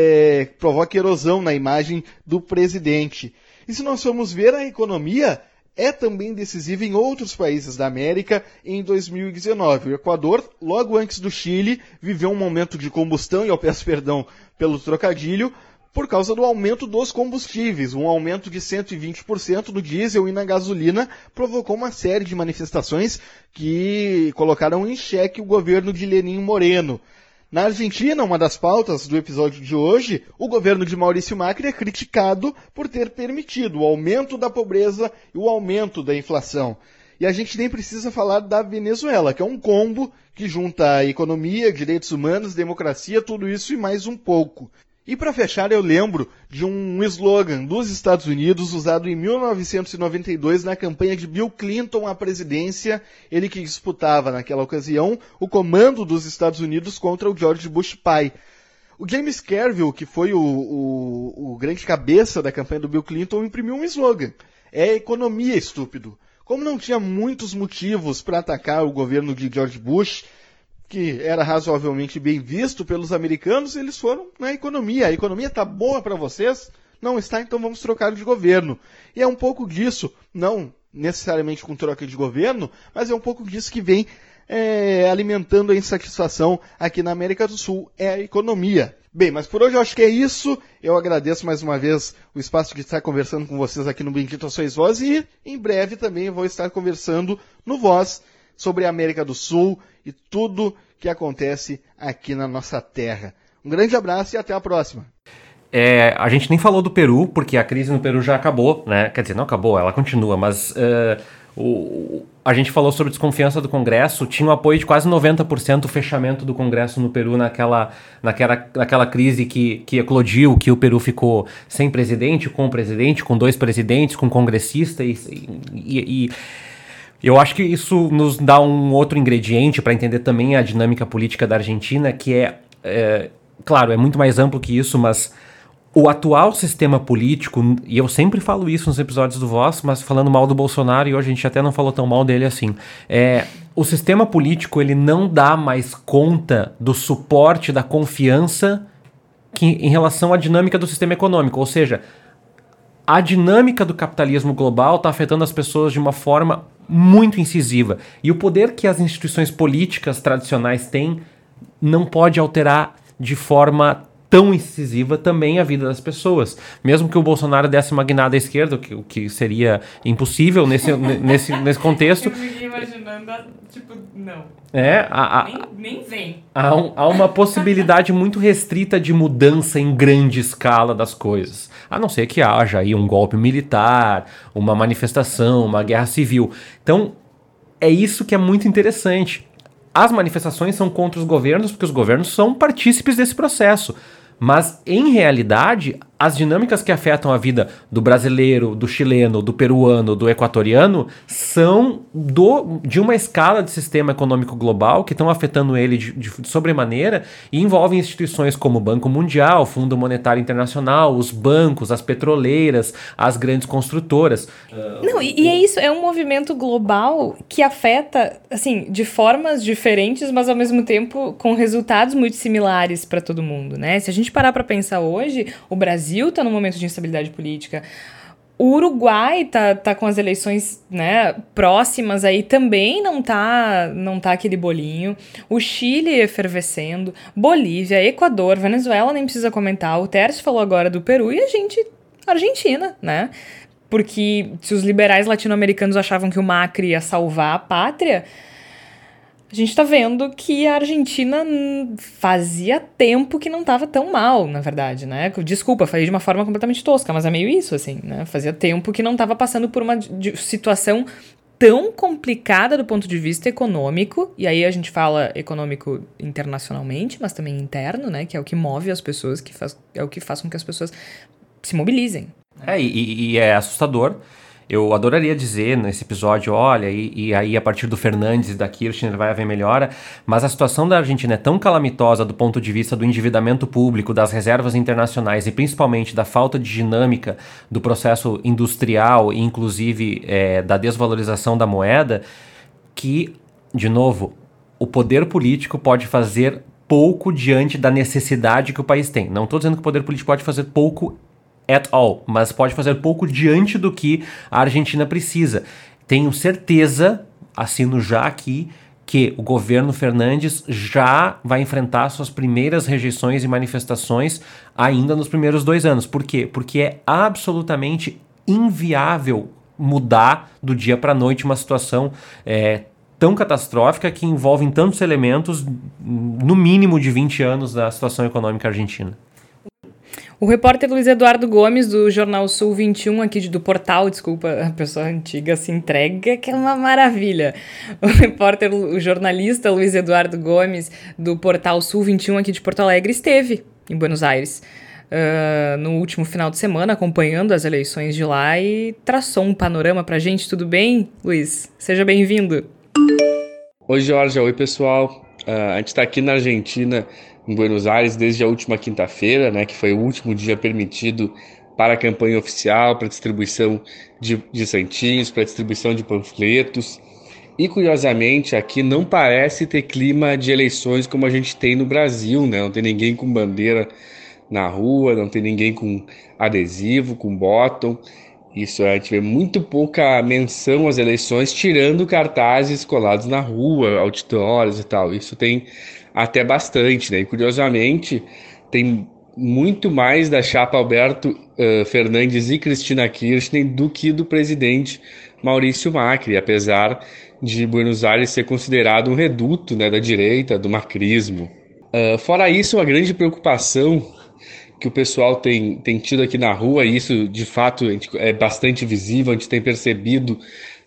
provoque erosão na imagem do presidente. E se nós formos ver, a economia é também decisiva em outros países da América em 2019. O Equador, logo antes do Chile, viveu um momento de combustão, e eu peço perdão pelo trocadilho, por causa do aumento dos combustíveis. Um aumento de 120% no diesel e na gasolina provocou uma série de manifestações que colocaram em xeque o governo de Lenín Moreno. Na Argentina, uma das pautas do episódio de hoje, o governo de Maurício Macri é criticado por ter permitido o aumento da pobreza e o aumento da inflação. E a gente nem precisa falar da Venezuela, que é um combo que junta economia, direitos humanos, democracia, tudo isso e mais um pouco. E para fechar, eu lembro de um slogan dos Estados Unidos usado em 1992 na campanha de Bill Clinton à presidência, ele que disputava naquela ocasião o comando dos Estados Unidos contra o George Bush pai. O James Carville, que foi o grande cabeça da campanha do Bill Clinton, imprimiu um slogan: é economia, estúpido. Como não tinha muitos motivos para atacar o governo de George Bush, que era razoavelmente bem visto pelos americanos, eles foram na economia. A economia está boa para vocês? Não está, então vamos trocar de governo. E é um pouco disso, não necessariamente com troca de governo, mas é um pouco disso que vem alimentando a insatisfação aqui na América do Sul, é a economia. Bem, mas por hoje eu acho que é isso. Eu agradeço mais uma vez o espaço de estar conversando com vocês aqui no Bendito Sois Vós, e em breve também vou estar conversando no Voz sobre a América do Sul e tudo que acontece aqui na nossa terra. Um grande abraço e até a próxima. A gente nem falou do Peru, porque a crise no Peru já acabou, né? Quer dizer, não acabou, ela continua, mas a gente falou sobre desconfiança do Congresso, tinha um apoio de quase 90% o fechamento do Congresso no Peru naquela crise que eclodiu, que o Peru ficou sem presidente, com dois presidentes, com congressista e eu acho que isso nos dá um outro ingrediente para entender também a dinâmica política da Argentina, que claro, é muito mais amplo que isso, mas o atual sistema político, e eu sempre falo isso nos episódios do Voz, mas falando mal do Bolsonaro, e hoje a gente até não falou tão mal dele assim, o sistema político ele não dá mais conta do suporte, da confiança em relação à dinâmica do sistema econômico, ou seja, a dinâmica do capitalismo global está afetando as pessoas de uma forma muito incisiva. E o poder que as instituições políticas tradicionais têm não pode alterar de forma tão incisiva também a vida das pessoas. Mesmo que o Bolsonaro desse uma guinada à esquerda, o que seria impossível nesse contexto. Eu fiquei imaginando, tipo, não. Nem vem. Há uma possibilidade muito restrita de mudança em grande escala das coisas. A não ser que haja aí um golpe militar, uma manifestação, uma guerra civil. Então, é isso que é muito interessante. As manifestações são contra os governos, porque os governos são partícipes desse processo. Mas, em realidade, as dinâmicas que afetam a vida do brasileiro, do chileno, do peruano, do equatoriano são de uma escala de sistema econômico global que estão afetando ele de sobremaneira e envolvem instituições como o Banco Mundial, Fundo Monetário Internacional, os bancos, as petroleiras, as grandes construtoras. Não, e é isso, é um movimento global que afeta, assim, de formas diferentes, mas ao mesmo tempo com resultados muito similares para todo mundo, né? Se a gente parar para pensar hoje, o Brasil está num momento de instabilidade política. O Uruguai tá com as eleições, né, próximas aí, também não tá aquele bolinho. O Chile efervescendo, Bolívia, Equador, Venezuela nem precisa comentar. O Tércio falou agora do Peru e Argentina, né? Porque se os liberais latino-americanos achavam que o Macri ia salvar a pátria, a gente tá vendo que a Argentina fazia tempo que não tava tão mal, na verdade, né? Desculpa, falei de uma forma completamente tosca, mas é meio isso, assim, né? Fazia tempo que não tava passando por uma situação tão complicada do ponto de vista econômico, e aí a gente fala econômico internacionalmente, mas também interno, né? Que é o que move as pessoas, é o que faz com que as pessoas se mobilizem. E é assustador. Eu adoraria dizer nesse episódio, olha, e aí a partir do Fernandes e da Kirchner vai haver melhora, mas a situação da Argentina é tão calamitosa do ponto de vista do endividamento público, das reservas internacionais e principalmente da falta de dinâmica do processo industrial e inclusive da desvalorização da moeda, que, de novo, o poder político pode fazer pouco diante da necessidade que o país tem. Não estou dizendo que o poder político pode fazer pouco at all, mas pode fazer pouco diante do que a Argentina precisa. Tenho certeza, assino já aqui, que o governo Fernandes já vai enfrentar suas primeiras rejeições e manifestações ainda nos primeiros 2 anos. Por quê? Porque é absolutamente inviável mudar do dia para a noite uma situação tão catastrófica que envolve tantos elementos, no mínimo de 20 anos da situação econômica argentina. O repórter Luiz Eduardo Gomes, do Jornal Sul 21, aqui do portal, desculpa, a pessoa antiga se entrega, que é uma maravilha. O jornalista Luiz Eduardo Gomes, do portal Sul 21, aqui de Porto Alegre, esteve em Buenos Aires no último final de semana, acompanhando as eleições de lá e traçou um panorama pra gente. Tudo bem, Luiz? Seja bem-vindo. Oi, Jorge. Oi, pessoal. A gente está aqui na Argentina, em Buenos Aires, desde a última quinta-feira, né, que foi o último dia permitido para a campanha oficial, para distribuição de santinhos, para distribuição de panfletos. E, curiosamente, aqui não parece ter clima de eleições como a gente tem no Brasil, né? Não tem ninguém com bandeira na rua, não tem ninguém com adesivo, com bottom. Isso, a gente vê muito pouca menção às eleições, tirando cartazes colados na rua, outdoors e tal. Isso tem até bastante, né? E, curiosamente, tem muito mais da chapa Alberto Fernandes e Cristina Kirchner do que do presidente Maurício Macri, apesar de Buenos Aires ser considerado um reduto, né, da direita, do macrismo. Fora isso, a grande preocupação que o pessoal tem tido aqui na rua, e isso de fato é bastante visível, a gente tem percebido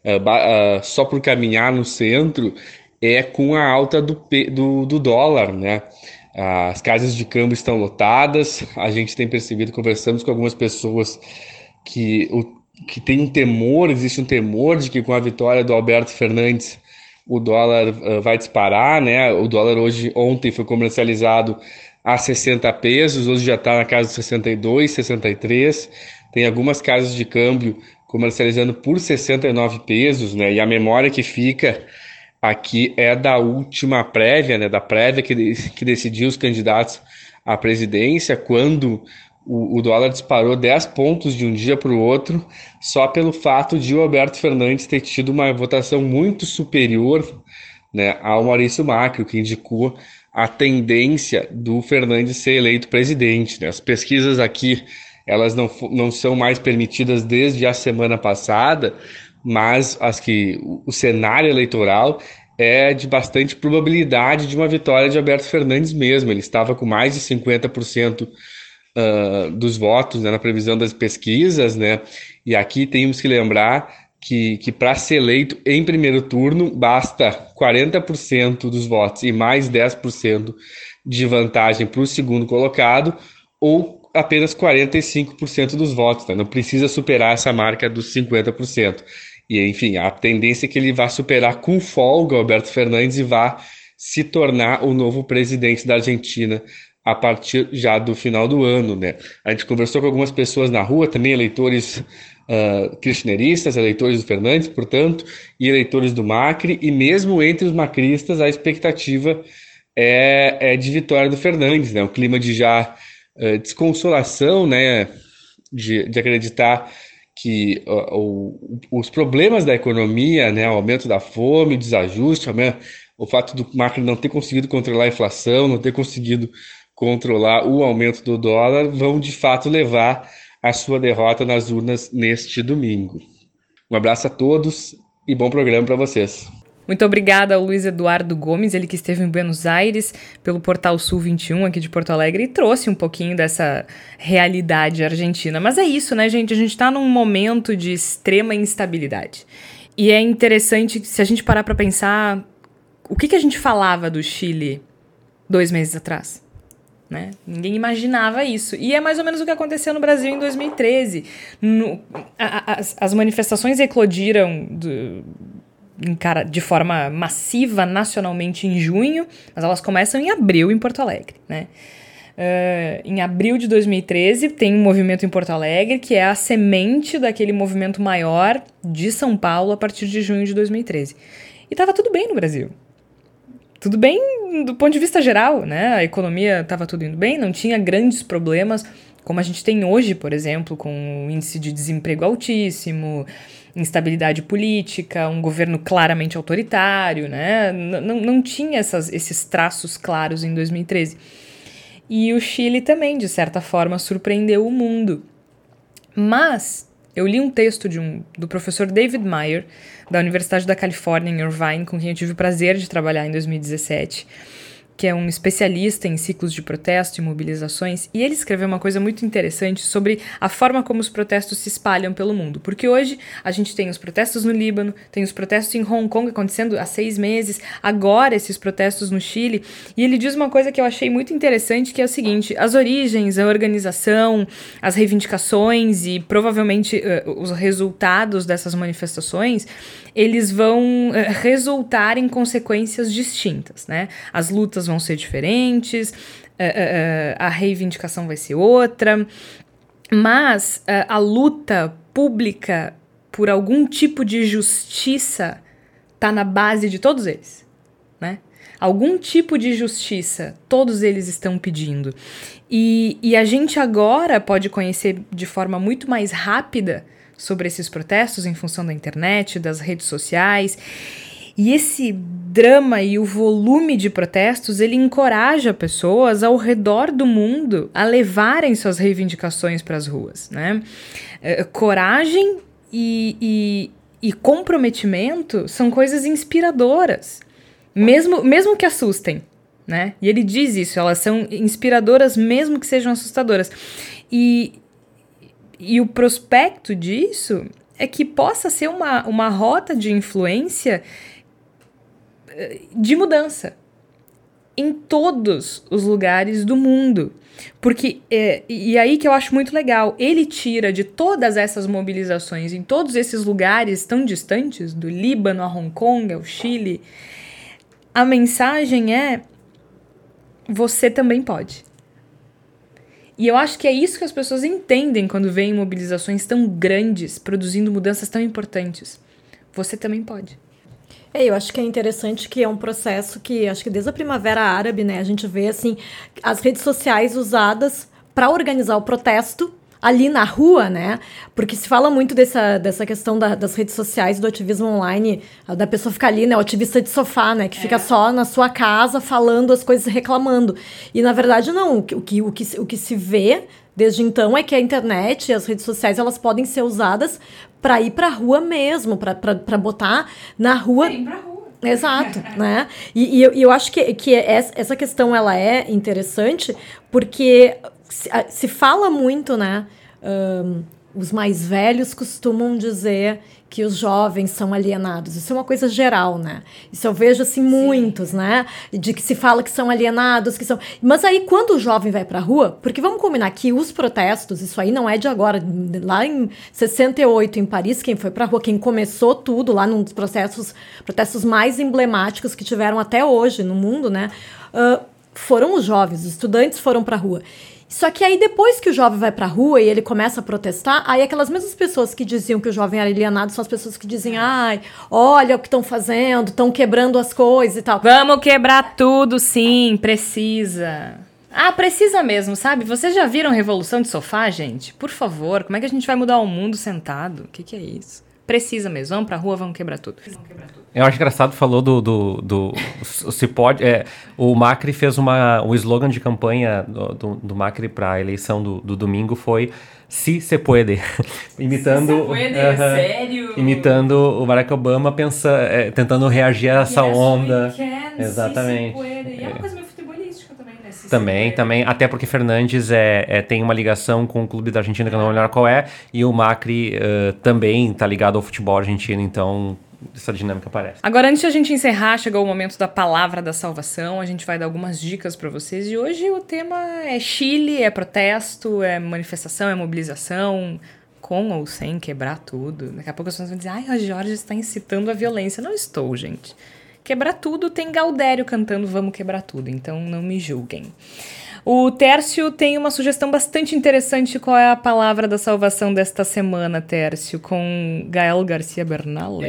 só por caminhar no centro, é com a alta do dólar, né? As casas de câmbio estão lotadas, a gente tem percebido, conversamos com algumas pessoas que tem um temor, existe um temor de que com a vitória do Alberto Fernandes o dólar vai disparar, né? O dólar ontem foi comercializado a 60 pesos, hoje já está na casa de 62, 63. Tem algumas casas de câmbio comercializando por 69 pesos, né? E a memória que fica aqui é da última prévia, né? Da prévia que decidiu os candidatos à presidência, quando o dólar disparou 10 pontos de um dia para o outro, só pelo fato de o Alberto Fernandes ter tido uma votação muito superior, né, ao Maurício Macri, que indicou a tendência do Fernandes ser eleito presidente, né? As pesquisas aqui, elas não são mais permitidas desde a semana passada, mas o cenário eleitoral é de bastante probabilidade de uma vitória de Alberto Fernandes mesmo. Ele estava com mais de 50% dos votos, né, na previsão das pesquisas, né? E aqui temos que lembrar que para ser eleito em primeiro turno basta 40% dos votos e mais 10% de vantagem para o segundo colocado, ou apenas 45% dos votos, né? Não precisa superar essa marca dos 50%. E, enfim, a tendência é que ele vá superar com folga o Alberto Fernandes e vá se tornar o novo presidente da Argentina a partir já do final do ano, né? A gente conversou com algumas pessoas na rua, também eleitores kirchneristas, eleitores do Fernandes, portanto, e eleitores do Macri, e mesmo entre os macristas a expectativa é de vitória do Fernandes, né? Um clima de já desconsolação, né? De acreditar que os problemas da economia, né? O aumento da fome, o desajuste, o fato do Macri não ter conseguido controlar a inflação, não ter conseguido controlar o aumento do dólar, vão de fato levar a sua derrota nas urnas neste domingo. Um abraço a todos e bom programa para vocês. Muito obrigada ao Luiz Eduardo Gomes, ele que esteve em Buenos Aires pelo Portal Sul 21 aqui de Porto Alegre e trouxe um pouquinho dessa realidade argentina. Mas é isso, né, gente? A gente está num momento de extrema instabilidade. E é interessante, se a gente parar para pensar, o que a gente falava do Chile 2 meses atrás? Né? Ninguém imaginava isso. E é mais ou menos o que aconteceu no Brasil em 2013. As manifestações eclodiram de forma massiva nacionalmente em junho, mas elas começam em abril em Porto Alegre. Né? Em abril de 2013 tem um movimento em Porto Alegre que é a semente daquele movimento maior de São Paulo a partir de junho de 2013. E estava tudo bem no Brasil. Tudo bem do ponto de vista geral, né? A economia estava tudo indo bem, não tinha grandes problemas como a gente tem hoje, por exemplo, com um índice de desemprego altíssimo, instabilidade política, um governo claramente autoritário, né? Não tinha esses traços claros em 2013. E o Chile também, de certa forma, surpreendeu o mundo. Mas eu li um texto do professor David Meyer, da Universidade da Califórnia, em Irvine, com quem eu tive o prazer de trabalhar em 2017, que é um especialista em ciclos de protesto e mobilizações, e ele escreveu uma coisa muito interessante sobre a forma como os protestos se espalham pelo mundo. Porque hoje a gente tem os protestos no Líbano, tem os protestos em Hong Kong acontecendo há 6 meses, agora esses protestos no Chile, e ele diz uma coisa que eu achei muito interessante, que é o seguinte: as origens, a organização, as reivindicações e provavelmente os resultados dessas manifestações, eles vão resultar em consequências distintas, né? As lutas vão ser diferentes, a reivindicação vai ser outra, mas a luta pública por algum tipo de justiça está na base de todos eles, né? Algum tipo de justiça todos eles estão pedindo. E a gente agora pode conhecer de forma muito mais rápida sobre esses protestos em função da internet, das redes sociais. E esse drama e o volume de protestos, ele encoraja pessoas ao redor do mundo a levarem suas reivindicações para as ruas, né? Coragem e comprometimento são coisas inspiradoras, mesmo que assustem, né? E ele diz isso, elas são inspiradoras mesmo que sejam assustadoras. E o prospecto disso é que possa ser uma rota de influência de mudança em todos os lugares do mundo. Porque, e aí que eu acho muito legal, ele tira de todas essas mobilizações em todos esses lugares tão distantes, do Líbano a Hong Kong, ao Chile, a mensagem é: você também pode. E eu acho que é isso que as pessoas entendem quando veem mobilizações tão grandes, produzindo mudanças tão importantes. Você também pode. Eu acho que é interessante que é um processo que, acho que desde a Primavera Árabe, né, a gente vê, assim, as redes sociais usadas para organizar o protesto ali na rua, né? Porque se fala muito dessa questão das redes sociais, do ativismo online, da pessoa ficar ali, né? O ativista de sofá, né? Que fica só na sua casa falando as coisas, reclamando. E, na verdade, não. O que se vê desde então é que a internet e as redes sociais, elas podem ser usadas para ir para a rua mesmo, para botar na rua... Ir pra rua. Exato, né? E eu acho que essa questão, ela é interessante porque se fala muito, né? Os mais velhos costumam dizer que os jovens são alienados. Isso é uma coisa geral, né? Isso eu vejo, assim, muitos, né? De que se fala que são alienados, que são... Mas aí, quando o jovem vai pra rua... Porque vamos combinar que os protestos, isso aí não é de agora. Lá em 68, em Paris, quem foi pra rua, quem começou tudo, lá num dos protestos mais emblemáticos que tiveram até hoje no mundo, né? Foram os jovens, os estudantes foram pra rua. Só que aí, depois que o jovem vai pra rua e ele começa a protestar, aí aquelas mesmas pessoas que diziam que o jovem era alienado são as pessoas que dizem: ai, olha o que estão fazendo, estão quebrando as coisas e tal. Vamos quebrar tudo, sim, precisa. Ah, precisa mesmo, sabe? Vocês já viram Revolução de Sofá, gente? Por favor, como é que a gente vai mudar o mundo sentado? O que é isso? Precisa mesmo, vamos pra rua, vamos quebrar tudo. Eu acho engraçado, falou se pode... o Macri fez o slogan de campanha do Macri para a eleição do domingo foi "Si se puede", imitando... Si se puede, sério? Imitando o Barack Obama, tentando reagir a essa onda. Exatamente. Si se puede. E é uma coisa meio futebolística também, né? Também, até porque Fernandes tem uma ligação com o clube da Argentina, que eu não vou lembrar qual é, e o Macri também tá ligado ao futebol argentino, então essa dinâmica aparece. Agora, antes de a gente encerrar, chegou o momento da palavra da salvação, a gente vai dar algumas dicas para vocês, e hoje o tema é Chile, é protesto, é manifestação, é mobilização, com ou sem quebrar tudo. Daqui a pouco as pessoas vão dizer: ai, o Jorge está incitando a violência. Não estou, gente. Quebrar tudo tem Gaudério cantando "Vamos quebrar tudo", então não me julguem. O Tércio tem uma sugestão bastante interessante. Qual é a palavra da salvação desta semana, Tércio? Com Gael Garcia Bernal?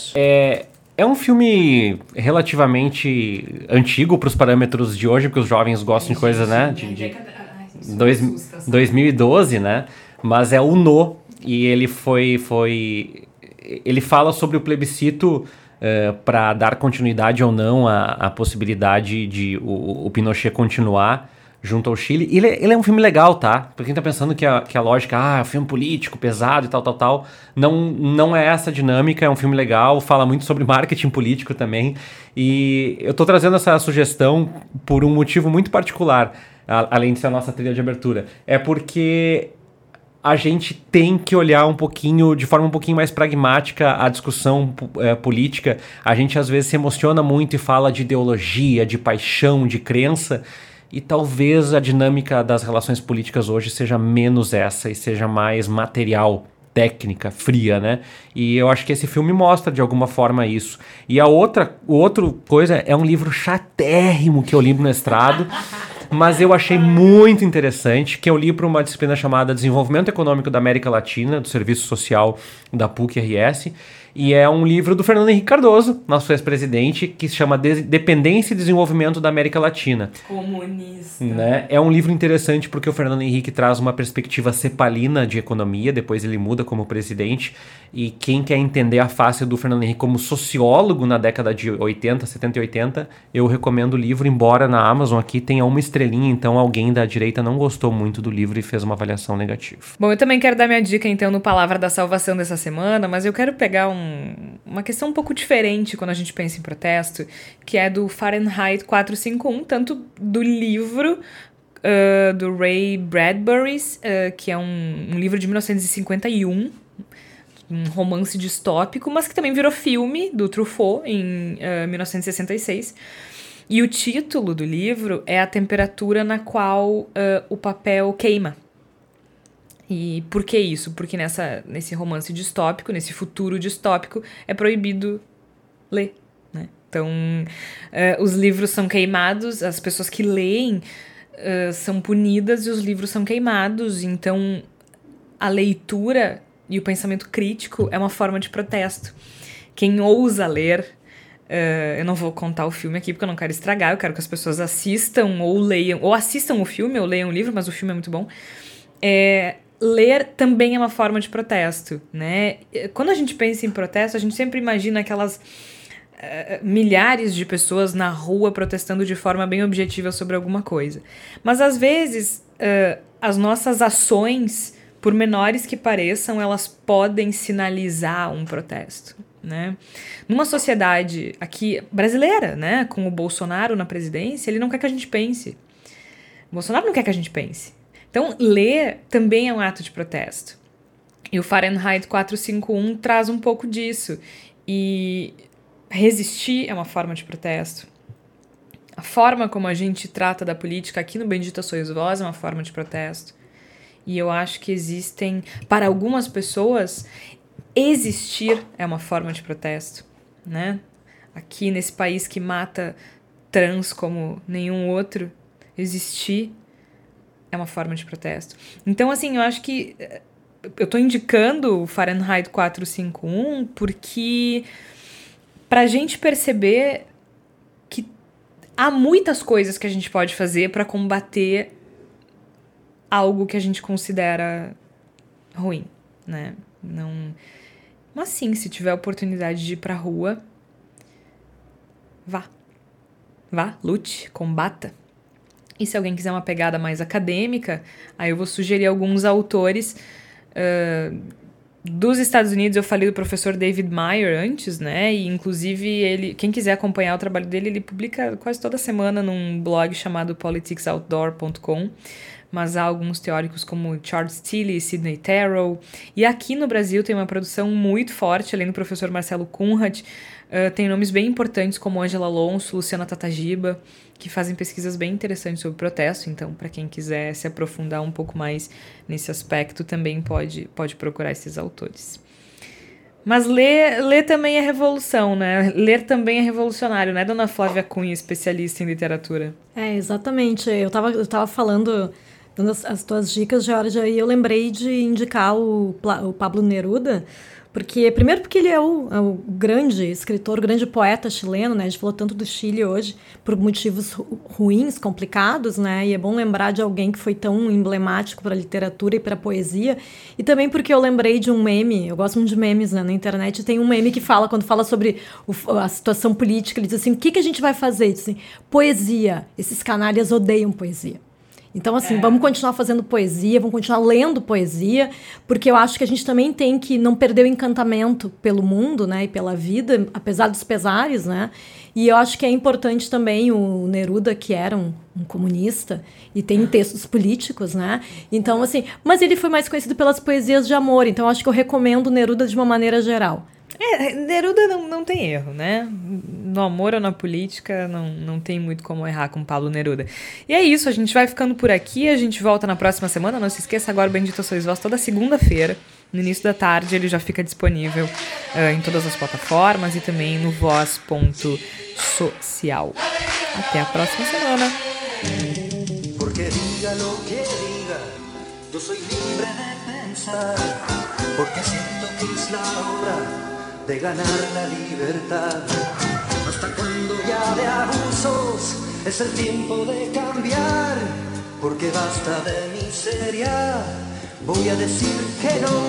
É um filme relativamente antigo para os parâmetros de hoje, porque os jovens gostam de coisa, né? 2012, né? Mas é o No, e ele ele fala sobre o plebiscito para dar continuidade ou não à possibilidade de o Pinochet continuar junto ao Chile. Ele é um filme legal, tá? Pra quem tá pensando que a lógica, é um filme político, pesado e tal, não é essa dinâmica, é um filme legal, fala muito sobre marketing político também, e eu tô trazendo essa sugestão por um motivo muito particular, além de ser a nossa trilha de abertura, é porque a gente tem que olhar de forma um pouquinho mais pragmática a discussão política. A gente às vezes se emociona muito e fala de ideologia, de paixão, de crença, e talvez a dinâmica das relações políticas hoje seja menos essa e seja mais material, técnica, fria, né? E eu acho que esse filme mostra de alguma forma isso. E a outra coisa é um livro chatérrimo que eu li no mestrado, mas eu achei muito interessante, que eu li para uma disciplina chamada Desenvolvimento Econômico da América Latina, do Serviço Social da PUC-RS, e é um livro do Fernando Henrique Cardoso, nosso ex-presidente, que se chama Dependência e Desenvolvimento da América Latina. Comunista. Né? É um livro interessante porque o Fernando Henrique traz uma perspectiva cepalina de economia, depois ele muda como presidente, e quem quer entender a face do Fernando Henrique como sociólogo na década de 80, 70 e 80, eu recomendo o livro, embora na Amazon aqui tenha uma estrelinha, então alguém da direita não gostou muito do livro e fez uma avaliação negativa. Bom, eu também quero dar minha dica então no Palavra da Salvação dessa semana, mas eu quero pegar uma questão um pouco diferente quando a gente pensa em protesto, que é do Fahrenheit 451, tanto do livro do Ray Bradbury, que é um livro de 1951, um romance distópico, mas que também virou filme do Truffaut em 1966. E o título do livro é A Temperatura na Qual o Papel Queima. E por que isso? Porque nesse romance distópico, nesse futuro distópico, é proibido ler, né? Então, os livros são queimados, as pessoas que leem são punidas e os livros são queimados. Então, a leitura e o pensamento crítico é uma forma de protesto. Quem ousa ler... eu não vou contar o filme aqui porque eu não quero estragar, eu quero que as pessoas assistam ou leiam, ou assistam o filme ou leiam o livro, mas o filme é muito bom. Ler também é uma forma de protesto, né? Quando a gente pensa em protesto, a gente sempre imagina aquelas milhares de pessoas na rua protestando de forma bem objetiva sobre alguma coisa. Mas às vezes, as nossas ações, por menores que pareçam, elas podem sinalizar um protesto, né? Numa sociedade aqui brasileira, né, com o Bolsonaro na presidência, ele não quer que a gente pense. O Bolsonaro não quer que a gente pense. Então, ler também é um ato de protesto. E o Fahrenheit 451 traz um pouco disso. E resistir é uma forma de protesto. A forma como a gente trata da política aqui no Bendita Sois Vós é uma forma de protesto. E eu acho que existem, para algumas pessoas, existir é uma forma de protesto, né? Aqui nesse país que mata trans como nenhum outro, existir é uma forma de protesto. Então, assim, eu acho que eu tô indicando o Fahrenheit 451 porque pra gente perceber que há muitas coisas que a gente pode fazer para combater algo que a gente considera ruim, né? Não... Mas sim, se tiver a oportunidade de ir pra rua, vá. Vá, lute, combata. E se alguém quiser uma pegada mais acadêmica, aí eu vou sugerir alguns autores dos Estados Unidos. Eu falei do professor David Meyer antes, né? E inclusive ele, quem quiser acompanhar o trabalho dele, ele publica quase toda semana num blog chamado politicsoutdoor.com. Mas há alguns teóricos como Charles Tilly e Sidney Terrell. E aqui no Brasil tem uma produção muito forte, além do professor Marcelo Kunrat. Tem nomes bem importantes como Ângela Alonso, Luciana Tatagiba, que fazem pesquisas bem interessantes sobre protesto. Então, para quem quiser se aprofundar um pouco mais nesse aspecto, também pode procurar esses autores. Mas ler também é revolução, né? Ler também é revolucionário, né, dona Flávia Cunha, especialista em literatura? Exatamente. Eu tava falando, dando as tuas dicas, Georgia, e eu lembrei de indicar o Pablo Neruda, Porque, primeiro porque ele é o grande escritor, o grande poeta chileno, né? A gente falou tanto do Chile hoje por motivos ruins, complicados, né? E é bom lembrar de alguém que foi tão emblemático para a literatura e para a poesia. E também porque eu lembrei de um meme, eu gosto muito de memes, né? Na internet tem um meme que fala, quando fala sobre a situação política, ele diz assim, o que a gente vai fazer? Ele diz assim, poesia. Esses canalhas odeiam poesia. Então, assim, vamos continuar fazendo poesia, vamos continuar lendo poesia, porque eu acho que a gente também tem que não perder o encantamento pelo mundo, né, e pela vida, apesar dos pesares, né, e eu acho que é importante também o Neruda, que era um comunista, e tem textos políticos, né, então, assim, mas ele foi mais conhecido pelas poesias de amor, então eu acho que eu recomendo o Neruda de uma maneira geral. Neruda não tem erro, né? No amor ou na política, não tem muito como errar com Pablo Neruda. E é isso, a gente vai ficando por aqui, a gente volta na próxima semana. Não se esqueça, agora o Bendita Sois Vós, toda segunda-feira, no início da tarde, ele já fica disponível em todas as plataformas e também no voz.social. Até a próxima semana. Porque diga lo que diga, yo soy libre de pensar, porque siento que es la hora de ganar la libertad. Hasta cuando ya de abusos es el tiempo de cambiar, porque basta de miseria, voy a decir que no.